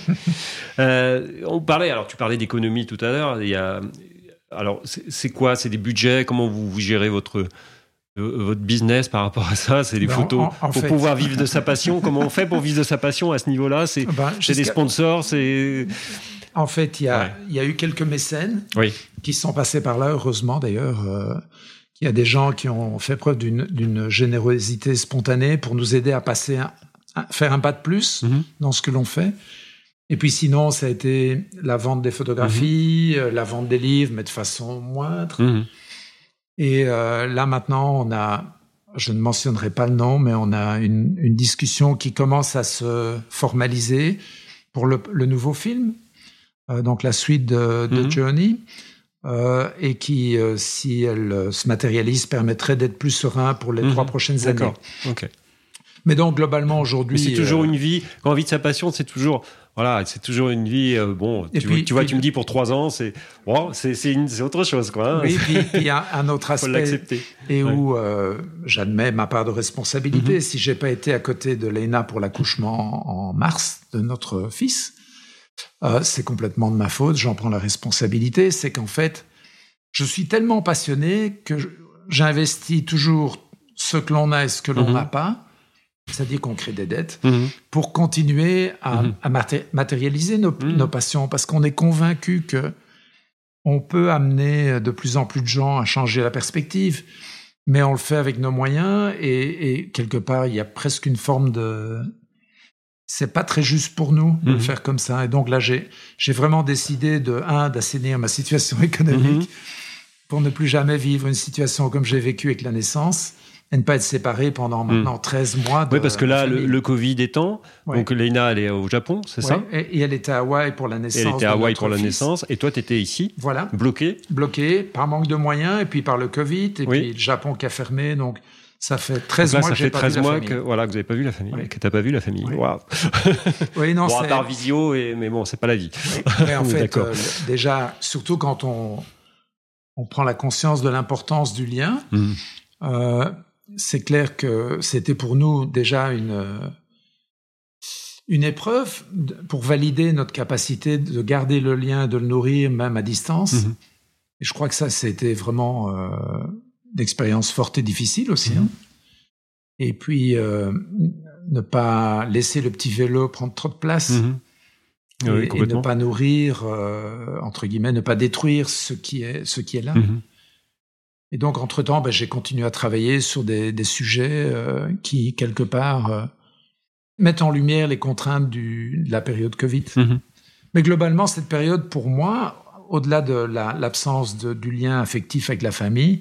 Tu parlais d'économie tout à l'heure. Alors, c'est quoi ? C'est des budgets ? Comment vous gérez votre business par rapport à ça? C'est des photos pour pouvoir vivre de sa passion. Comment on fait pour vivre de sa passion à ce niveau-là? C'est des sponsors, En fait, il y a eu quelques mécènes qui sont passés par là, heureusement d'ailleurs. Il y a des gens qui ont fait preuve d'une générosité spontanée pour nous aider à faire un pas de plus dans ce que l'on fait. Et puis sinon, ça a été la vente des photographies, la vente des livres, mais de façon moindre. Et là maintenant, je ne mentionnerai pas le nom, mais on a une discussion qui commence à se formaliser pour le nouveau film, donc la suite de Journey, et qui, si elle se matérialise, permettrait d'être plus serein pour les 3 prochaines années. D'accord. Okay. Mais donc globalement aujourd'hui, c'est toujours une vie. Quand on vit de sa passion, c'est toujours une vie. Tu me dis pour 3 ans, c'est autre chose, quoi. Hein. Oui, puis il y a un autre aspect. Faut l'accepter. Et où j'admets ma part de responsabilité. Si j'ai pas été à côté de Léna pour l'accouchement en mars de notre fils, c'est complètement de ma faute. J'en prends la responsabilité. C'est qu'en fait, je suis tellement passionné que j'investis toujours ce que l'on a et ce que l'on n'a pas. C'est-à-dire qu'on crée des dettes pour continuer à matérialiser nos passions, parce qu'on est convaincu qu'on peut amener de plus en plus de gens à changer la perspective, mais on le fait avec nos moyens et quelque part, il y a presque une forme de... C'est pas très juste pour nous de le faire comme ça. Et donc là, j'ai vraiment décidé d'assainir ma situation économique pour ne plus jamais vivre une situation comme j'ai vécu avec la naissance, et ne pas être séparés pendant maintenant 13 mois. Oui, parce que là, le Covid étant, donc Léna, elle est au Japon, c'est ça? Et elle était à Hawaï pour la naissance. Elle était à Hawaï pour la naissance, et toi, tu étais ici, bloqué par manque de moyens, et puis par le Covid, et puis le Japon qui a fermé, donc ça fait 13 mois que j'ai pas vu la famille. Que vous n'avez pas vu la famille, que tu n'as pas vu la famille. Wow. Oui, non, à part visio, mais bon, c'est pas la vie. Mais en fait, déjà, surtout quand on prend la conscience de l'importance du lien, c'est clair que c'était pour nous déjà une épreuve pour valider notre capacité de garder le lien, de le nourrir même à distance. Et je crois que ça, c'était vraiment d'expérience forte et difficile aussi. Et puis, ne pas laisser le petit vélo prendre trop de place et ne pas nourrir, entre guillemets, ne pas détruire ce qui est là. Et donc, entre-temps, j'ai continué à travailler sur des sujets qui, quelque part, mettent en lumière les contraintes de la période Covid. Mais globalement, cette période, pour moi, au-delà de l'absence du lien affectif avec la famille,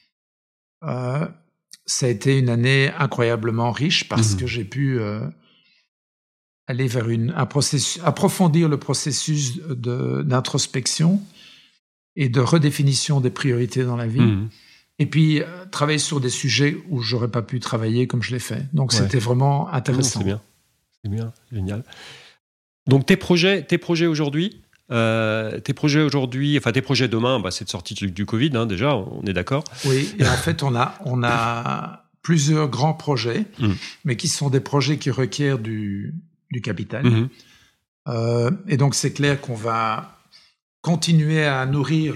ça a été une année incroyablement riche parce que j'ai pu aller vers approfondir le processus d'introspection et de redéfinition des priorités dans la vie. Et puis, travailler sur des sujets où j'aurais pas pu travailler comme je l'ai fait. Donc, c'était vraiment intéressant. C'est bien, génial. Donc, tes projets aujourd'hui, enfin, tes projets demain, c'est de sortir du Covid, déjà, on est d'accord. Oui, et en fait, on a plusieurs grands projets, mais qui sont des projets qui requièrent du capital. Et donc, c'est clair qu'on va continuer à nourrir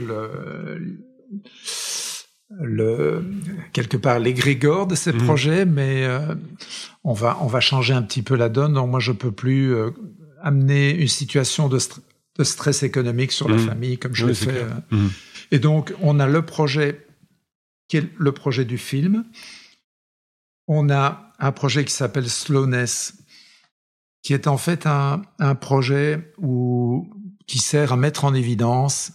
quelque part l'égrégore de ces projets, mais on va changer un petit peu la donne. Donc moi, je peux plus amener une situation de stress économique sur la famille comme je l'ai fait. Et donc, on a le projet qui est le projet du film. On a un projet qui s'appelle Slowness, qui est en fait un projet qui sert à mettre en évidence,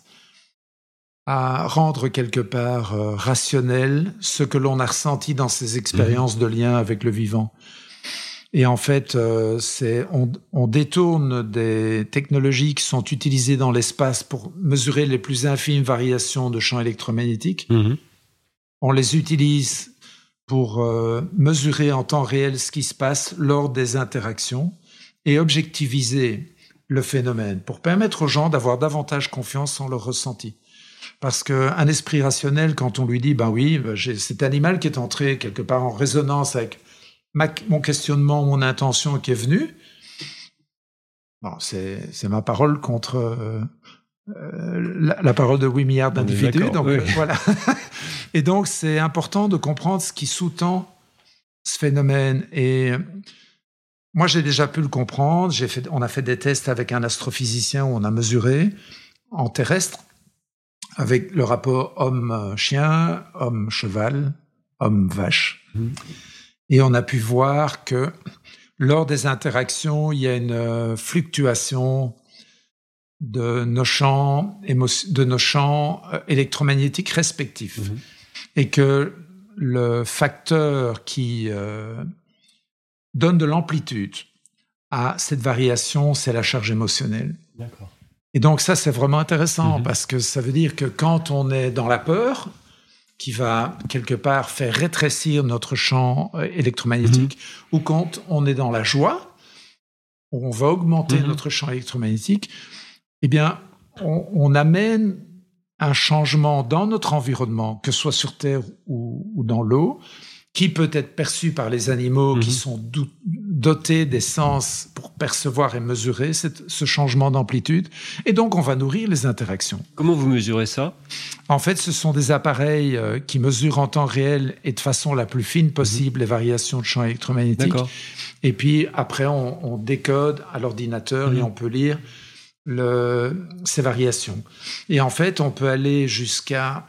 à rendre quelque part rationnel ce que l'on a ressenti dans ces expériences de lien avec le vivant. Et en fait, on détourne des technologies qui sont utilisées dans l'espace pour mesurer les plus infimes variations de champs électromagnétiques. On les utilise pour mesurer en temps réel ce qui se passe lors des interactions et objectiviser le phénomène pour permettre aux gens d'avoir davantage confiance en leur ressenti. Parce qu'un esprit rationnel, quand on lui dit « j'ai cet animal qui est entré quelque part en résonance avec mon questionnement, mon intention qui est venue », bon, c'est ma parole contre la parole de 8 milliards d'individus. Donc, voilà. Et donc, c'est important de comprendre ce qui sous-tend ce phénomène. Et moi, j'ai déjà pu le comprendre. On a fait des tests avec un astrophysicien où on a mesuré en terrestre avec le rapport homme-chien, homme-cheval, homme-vache. Et on a pu voir que lors des interactions, il y a une fluctuation de nos champs électromagnétiques respectifs. Et que le facteur qui donne de l'amplitude à cette variation, c'est la charge émotionnelle. D'accord. Et donc ça, c'est vraiment intéressant parce que ça veut dire que quand on est dans la peur, qui va quelque part faire rétrécir notre champ électromagnétique, ou quand on est dans la joie, où on va augmenter notre champ électromagnétique, eh bien, on amène un changement dans notre environnement, que ce soit sur Terre ou dans l'eau, qui peut être perçu par les animaux qui sont dotés des sens pour percevoir et mesurer ce changement d'amplitude. Et donc, on va nourrir les interactions. Comment vous mesurez ça ? En fait, ce sont des appareils qui mesurent en temps réel et de façon la plus fine possible les variations de champ électromagnétique. D'accord. Et puis, après, on décode à l'ordinateur et on peut lire ces variations. Et en fait, on peut aller jusqu'à...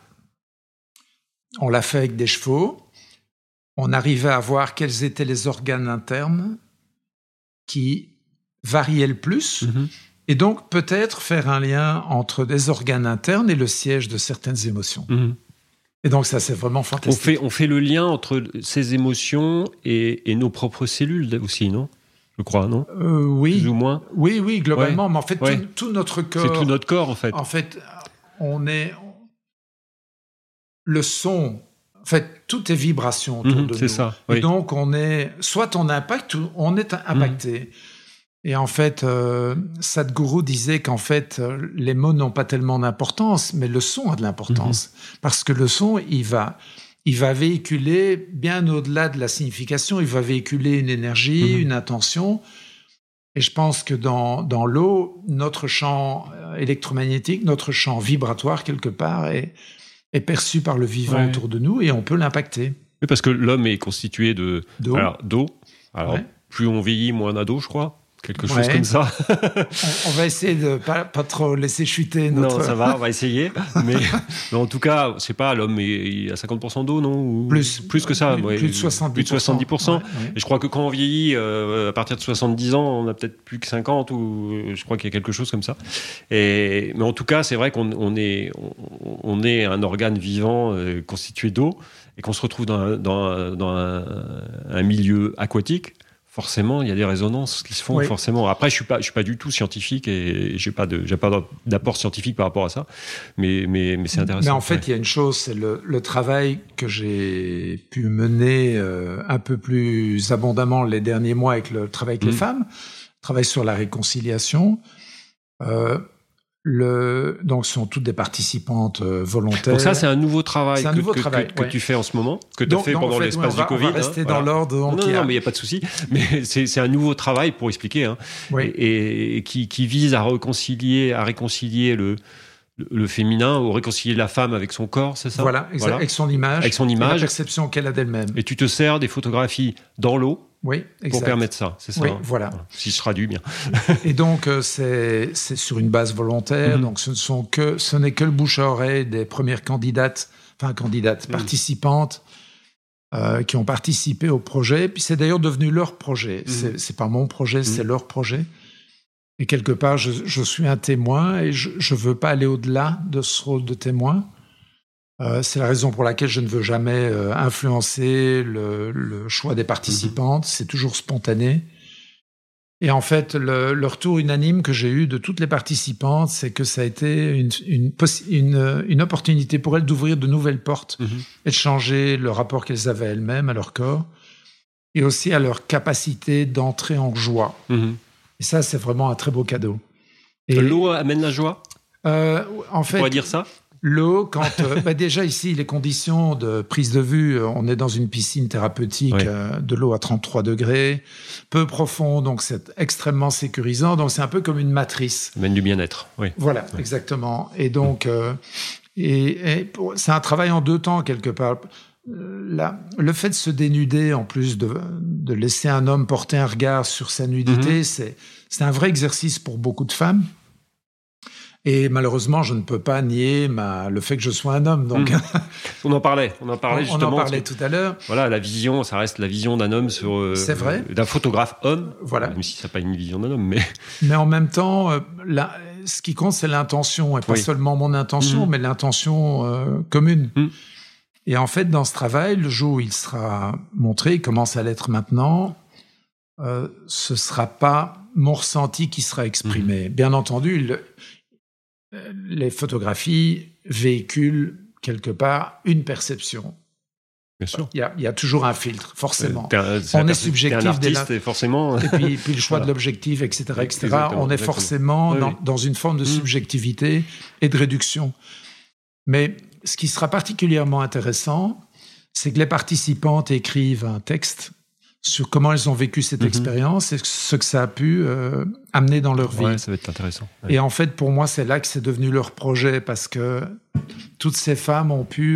On l'a fait avec des chevaux. On arrivait à voir quels étaient les organes internes qui variaient le plus, et donc peut-être faire un lien entre des organes internes et le siège de certaines émotions. Et donc ça, c'est vraiment fantastique. On fait le lien entre ces émotions et nos propres cellules aussi, non ? Je crois, non ? Oui. Plus ou moins. Oui, globalement. Ouais. Mais en fait, ouais. tout notre corps... C'est tout notre corps, en fait. En fait, le son... En fait, tout est vibration autour de nous. C'est ça, oui. Et donc, soit on impacte ou on est impacté. Et en fait, Sadhguru disait qu'en fait, les mots n'ont pas tellement d'importance, mais le son a de l'importance. Parce que le son, il va véhiculer bien au-delà de la signification, il va véhiculer une énergie, une intention. Et je pense que dans l'eau, notre champ électromagnétique, notre champ vibratoire, quelque part, est perçu par le vivant autour de nous et on peut l'impacter. Oui, parce que l'homme est constitué d'eau. Alors, plus on vieillit, moins on a d'eau, je crois. Quelque chose comme ça. On va essayer de pas trop laisser chuter notre... Non, ça va, on va essayer. mais en tout cas, je sais pas, l'homme il a 50% d'eau, non ? Ou plus que ça. Plus de 70%. Plus de 70%. Et je crois que quand on vieillit, à partir de 70 ans, on a peut-être plus que 50, ou je crois qu'il y a quelque chose comme ça. Mais en tout cas, c'est vrai qu'on est un organe vivant constitué d'eau, et qu'on se retrouve dans un milieu aquatique. Forcément, il y a des résonances qui se font, forcément. Après, je suis pas du tout scientifique et j'ai pas d'apport scientifique par rapport à ça. Mais c'est intéressant. Mais en fait, il y a une chose, c'est le travail que j'ai pu mener un peu plus abondamment les derniers mois avec le travail avec les femmes, travail sur la réconciliation. Donc, ce sont toutes des participantes volontaires. Donc ça, c'est un nouveau travail que ouais. tu fais en ce moment, que tu as fait pendant l'espace du Covid. On va rester dans l'ordre. Non, mais il n'y a pas de souci. Mais c'est un nouveau travail, pour expliquer, et qui vise à réconcilier le féminin, ou réconcilier la femme avec son corps, c'est ça ? Voilà. Avec son image. Et la perception qu'elle a d'elle-même. Et tu te sers des photographies dans l'eau. Oui, exact. Pour permettre ça, c'est ça. Oui, voilà. Si je traduis bien. Et donc, c'est sur une base volontaire. Donc, ce n'est que le bouche à oreille des premières participantes qui ont participé au projet. Puis c'est d'ailleurs devenu leur projet. C'est pas mon projet, c'est leur projet. Et quelque part, je suis un témoin et je veux pas aller au-delà de ce rôle de témoin. C'est la raison pour laquelle je ne veux jamais influencer le choix des participantes. C'est toujours spontané. Et en fait, le retour unanime que j'ai eu de toutes les participantes, c'est que ça a été une opportunité pour elles d'ouvrir de nouvelles portes et de changer le rapport qu'elles avaient à elles-mêmes, à leur corps, et aussi à leur capacité d'entrer en joie. Et ça, c'est vraiment un très beau cadeau. Et l'eau amène la joie ? En fait, on pourrait dire ça ? L'eau, quand déjà ici, les conditions de prise de vue, on est dans une piscine thérapeutique, de l'eau à 33 degrés, peu profond, donc c'est extrêmement sécurisant. Donc c'est un peu comme une matrice. Ça mène du bien-être, oui. Voilà, exactement. Et donc, c'est un travail en deux temps quelque part. Le fait de se dénuder, en plus de laisser un homme porter un regard sur sa nudité, c'est un vrai exercice pour beaucoup de femmes. Et malheureusement, je ne peux pas nier le fait que je sois un homme. Donc, on en parlait justement. On en parlait tout à l'heure. Voilà, la vision, ça reste la vision d'un homme c'est vrai. D'un photographe homme. Voilà. Même si ça n'a pas une vision d'un homme, mais en même temps, ce qui compte, c'est l'intention, et pas seulement mon intention, mais l'intention commune. Et en fait, dans ce travail, le jour où il sera montré, il commence à l'être maintenant, ce sera pas mon ressenti qui sera exprimé. Bien entendu, les photographies véhiculent quelque part une perception. Bien sûr. Il y a toujours un filtre, forcément. On est subjectif. T'es un artiste, forcément. Et puis le choix de l'objectif, etc. On est forcément dans une forme de subjectivité et de réduction. Mais ce qui sera particulièrement intéressant, c'est que les participantes écrivent un texte sur comment elles ont vécu cette expérience et ce que ça a pu amener dans leur vie. Ouais, ça va être intéressant. Ouais. Et en fait, pour moi, c'est là que c'est devenu leur projet, parce que toutes ces femmes ont pu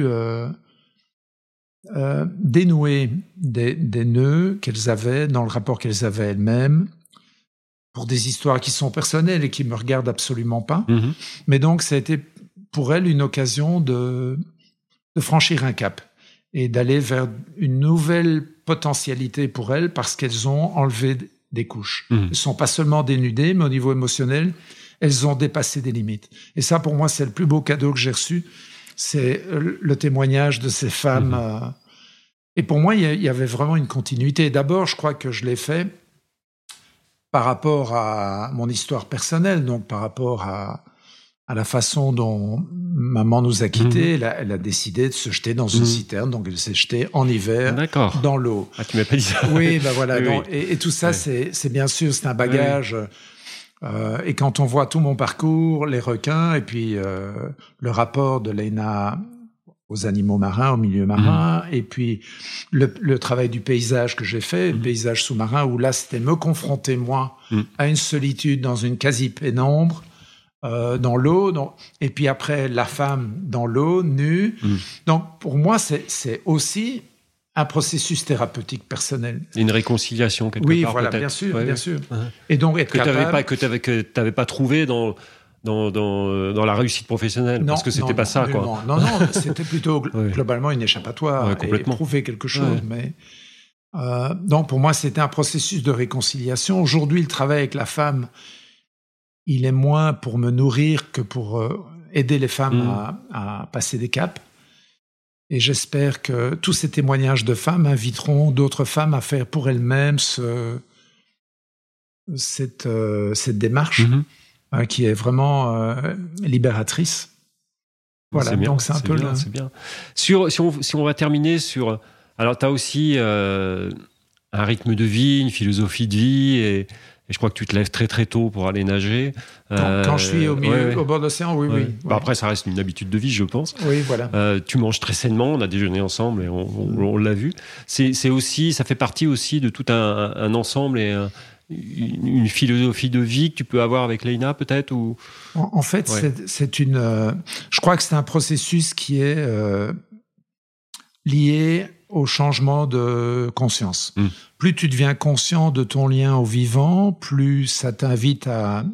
dénouer des nœuds qu'elles avaient dans le rapport qu'elles avaient elles-mêmes, pour des histoires qui sont personnelles et qui me regardent absolument pas. Mais donc, ça a été pour elles une occasion de franchir un cap et d'aller vers une nouvelle potentialité pour elles, parce qu'elles ont enlevé des couches. Elles ne sont pas seulement dénudées, mais au niveau émotionnel, elles ont dépassé des limites. Et ça, pour moi, c'est le plus beau cadeau que j'ai reçu. c'est le témoignage de ces femmes. Et pour moi, il y avait vraiment une continuité. D'abord, je crois que je l'ai fait par rapport à mon histoire personnelle, donc par rapport à la façon dont maman nous a quittés. Elle a décidé de se jeter dans une citerne, donc elle s'est jetée en hiver dans l'eau. Ah, tu m'as pas dit ça. Oui, ben voilà. Oui. Et tout ça, c'est bien sûr, c'est un bagage. Et quand on voit tout mon parcours, les requins, et puis le rapport de Léna aux animaux marins, au milieu marin, et puis le travail du paysage que j'ai fait, le paysage sous-marin, où là, c'était me confronter, moi, à une solitude dans une quasi-pénombre, dans l'eau, et puis après, la femme dans l'eau, nue. Donc, pour moi, c'est aussi un processus thérapeutique personnel. Une réconciliation, quelque part, oui, voilà, peut-être. Bien sûr. Et donc, être capable... Que tu n'avais pas trouvé dans la réussiite professionnelle, parce que c'était pas ça, quoi. Non, c'était plutôt globalement une échappatoire et prouver quelque chose. Mais donc pour moi, c'était un processus de réconciliation. Aujourd'hui, le travail avec la femme, il est moins pour me nourrir que pour aider les femmes à passer des caps. Et j'espère que tous ces témoignages de femmes inviteront d'autres femmes à faire pour elles-mêmes cette démarche. Qui est vraiment libératrice. Voilà, c'est bien, donc c'est un peu bien, c'est bien. Si on va terminer sur... Alors, tu as aussi un rythme de vie, une philosophie de vie, et je crois que tu te lèves très très tôt pour aller nager. Quand je suis au bord de l'océan, oui. Bah, après, ça reste une habitude de vie, je pense. Oui, voilà. Tu manges très sainement, on a déjeuné ensemble et on l'a vu. C'est aussi, ça fait partie aussi de tout un ensemble et une philosophie de vie que tu peux avoir avec Léna, peut-être ou... En fait, c'est une... je crois que c'est un processus qui est lié au changement de conscience. Plus tu deviens conscient de ton lien au vivant, plus ça t'invite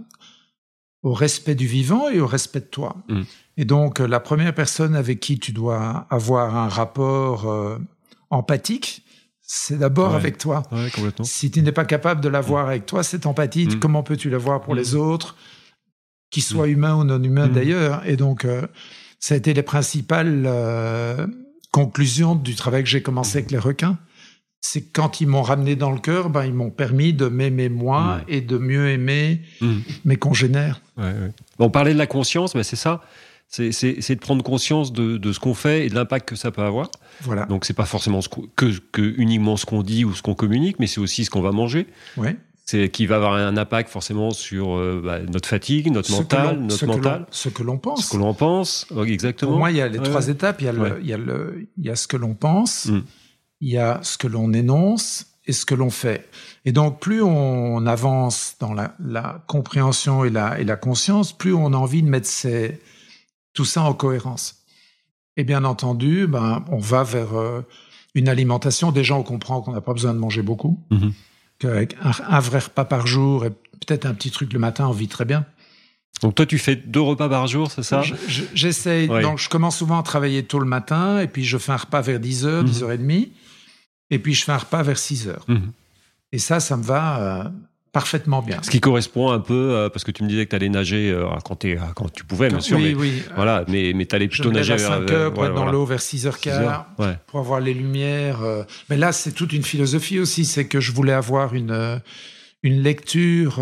au respect du vivant et au respect de toi. Et donc, la première personne avec qui tu dois avoir un rapport empathique, c'est d'abord avec toi. Complètement. Si tu n'es pas capable de l'avoir avec toi, cette empathie, comment peux-tu l'avoir pour les autres, qu'ils soient humains ou non humains d'ailleurs? Et donc, ça a été les principales conclusions du travail que j'ai commencé avec les requins. C'est que quand ils m'ont ramené dans le cœur, ils m'ont permis de m'aimer moi et de mieux aimer mes congénères. On parlait de la conscience, c'est ça. C'est de prendre conscience de ce qu'on fait et de l'impact que ça peut avoir. Voilà. Donc, c'est pas forcément uniquement ce qu'on dit ou ce qu'on communique, mais c'est aussi ce qu'on va manger. C'est qui va avoir un impact forcément sur notre fatigue, notre mental. Ce que l'on pense. Ce que l'on pense, exactement. Pour moi, il y a les trois étapes. Il y a ce que l'on pense, il y a ce que l'on énonce et ce que l'on fait. Et donc, plus on avance dans la compréhension et la conscience, plus on a envie de mettre tout ça en cohérence. Et bien entendu, on va vers une alimentation. Déjà, on comprend qu'on n'a pas besoin de manger beaucoup, qu'avec un vrai repas par jour et peut-être un petit truc le matin, on vit très bien. Donc toi, tu fais 2 repas par jour, c'est ça? J'essaye. Donc, je commence souvent à travailler tôt le matin, et puis je fais un repas vers 10h, 10h30, et puis je fais un repas vers 6h. Et ça me va... parfaitement bien. Ce qui correspond un peu, parce que tu me disais que tu allais nager quand tu pouvais, bien sûr. Oui. Voilà, mais tu allais plutôt nager vers 5h pour être dans l'eau vers 6h15, pour avoir les lumières. Mais là, c'est toute une philosophie aussi, c'est que je voulais avoir une lecture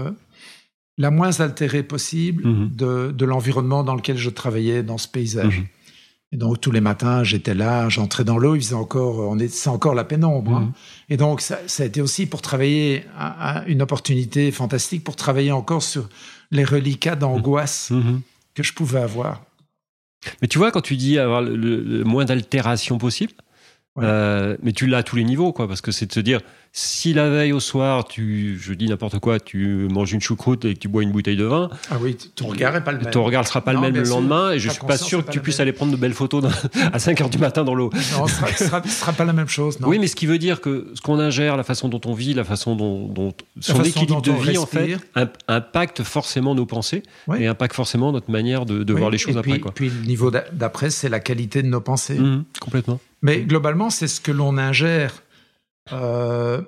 la moins altérée possible de l'environnement dans lequel je travaillais dans ce paysage. Et donc, tous les matins, j'étais là, j'entrais dans l'eau, c'est encore la pénombre. Et donc, ça a été aussi pour travailler, une opportunité fantastique pour travailler encore sur les reliquats d'angoisse que je pouvais avoir. Mais tu vois, quand tu dis avoir le moins d'altération possible, mais tu l'as à tous les niveaux, quoi, parce que c'est de se dire, si la veille au soir, je dis n'importe quoi, tu manges une choucroute et que tu bois une bouteille de vin. Ah oui, ton regard n'est pas le même. Ton regard ne sera pas le même le lendemain, et je ne suis pas sûr que tu puisses aller prendre de belles photos à 5h du matin dans l'eau. Non, ce ne sera pas la même chose. Non. Oui, mais ce qui veut dire que ce qu'on ingère, la façon dont on vit, la façon dont son équilibre de vie, en fait, impacte forcément nos pensées et impacte forcément notre manière de voir les choses après. Puis le niveau d'après, c'est la qualité de nos pensées. Complètement. Mais globalement, c'est ce que l'on ingère. À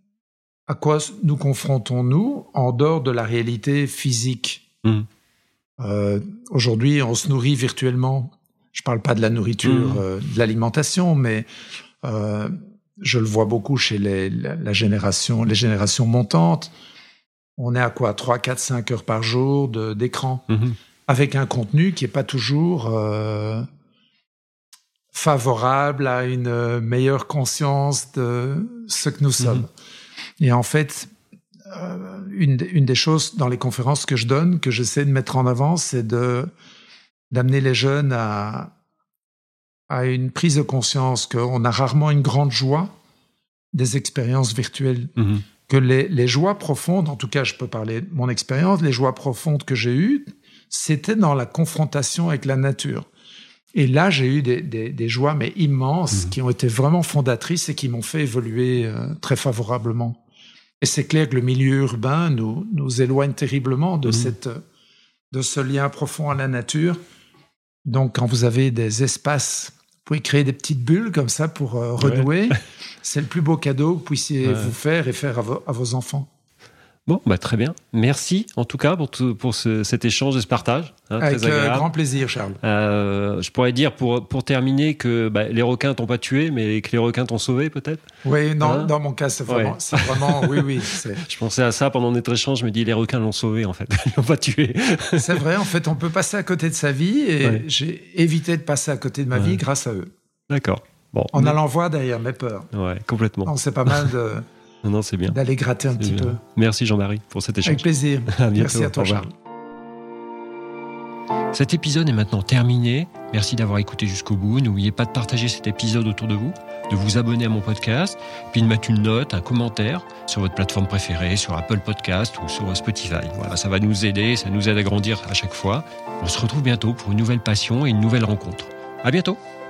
quoi nous confrontons-nous en dehors de la réalité physique Aujourd'hui, on se nourrit virtuellement. Je parle pas de la nourriture, de l'alimentation, mais je le vois beaucoup chez les générations montantes. On est à quoi 3, 4, 5 heures par jour d'écran, avec un contenu qui est pas toujours favorable à une meilleure conscience de ce que nous sommes. Et en fait, une des choses dans les conférences que je donne, que j'essaie de mettre en avant, c'est d'amener les jeunes à une prise de conscience qu'on a rarement une grande joie des expériences virtuelles. Que les joies profondes, en tout cas je peux parler de mon expérience, les joies profondes que j'ai eues, c'était dans la confrontation avec la nature. Et là, j'ai eu des joies mais immenses qui ont été vraiment fondatrices et qui m'ont fait évoluer très favorablement. Et c'est clair que le milieu urbain nous éloigne terriblement de ce lien profond à la nature. Donc, quand vous avez des espaces, vous pouvez créer des petites bulles comme ça pour renouer. C'est le plus beau cadeau que vous puissiez vous faire et faire à vos enfants. Bon, très bien. Merci en tout cas pour cet échange et ce partage. Avec très agréable. Grand plaisir, Charles. Je pourrais dire pour terminer que les requins t'ont pas tué, mais que les requins t'ont sauvé peut-être. Oui, non, dans mon cas, c'est vraiment, oui. Je pensais à ça pendant notre échange, je me dis les requins l'ont sauvé en fait, ils l'ont pas tué. C'est vrai, en fait, on peut passer à côté de sa vie et j'ai évité de passer à côté de ma vie grâce à eux. D'accord. Bon. En allant voir derrière mes peurs. Ouais, complètement. Non, c'est pas mal Non, c'est bien. D'aller gratter un petit peu. Merci Jean-Marie pour cet échange. Avec plaisir. À bientôt. Merci à toi, Charles. Cet épisode est maintenant terminé. Merci d'avoir écouté jusqu'au bout. N'oubliez pas de partager cet épisode autour de vous, de vous abonner à mon podcast, puis de mettre une note, un commentaire sur votre plateforme préférée, sur Apple Podcast ou sur Spotify. Voilà, ça va nous aider, ça nous aide à grandir à chaque fois. On se retrouve bientôt pour une nouvelle passion et une nouvelle rencontre. À bientôt.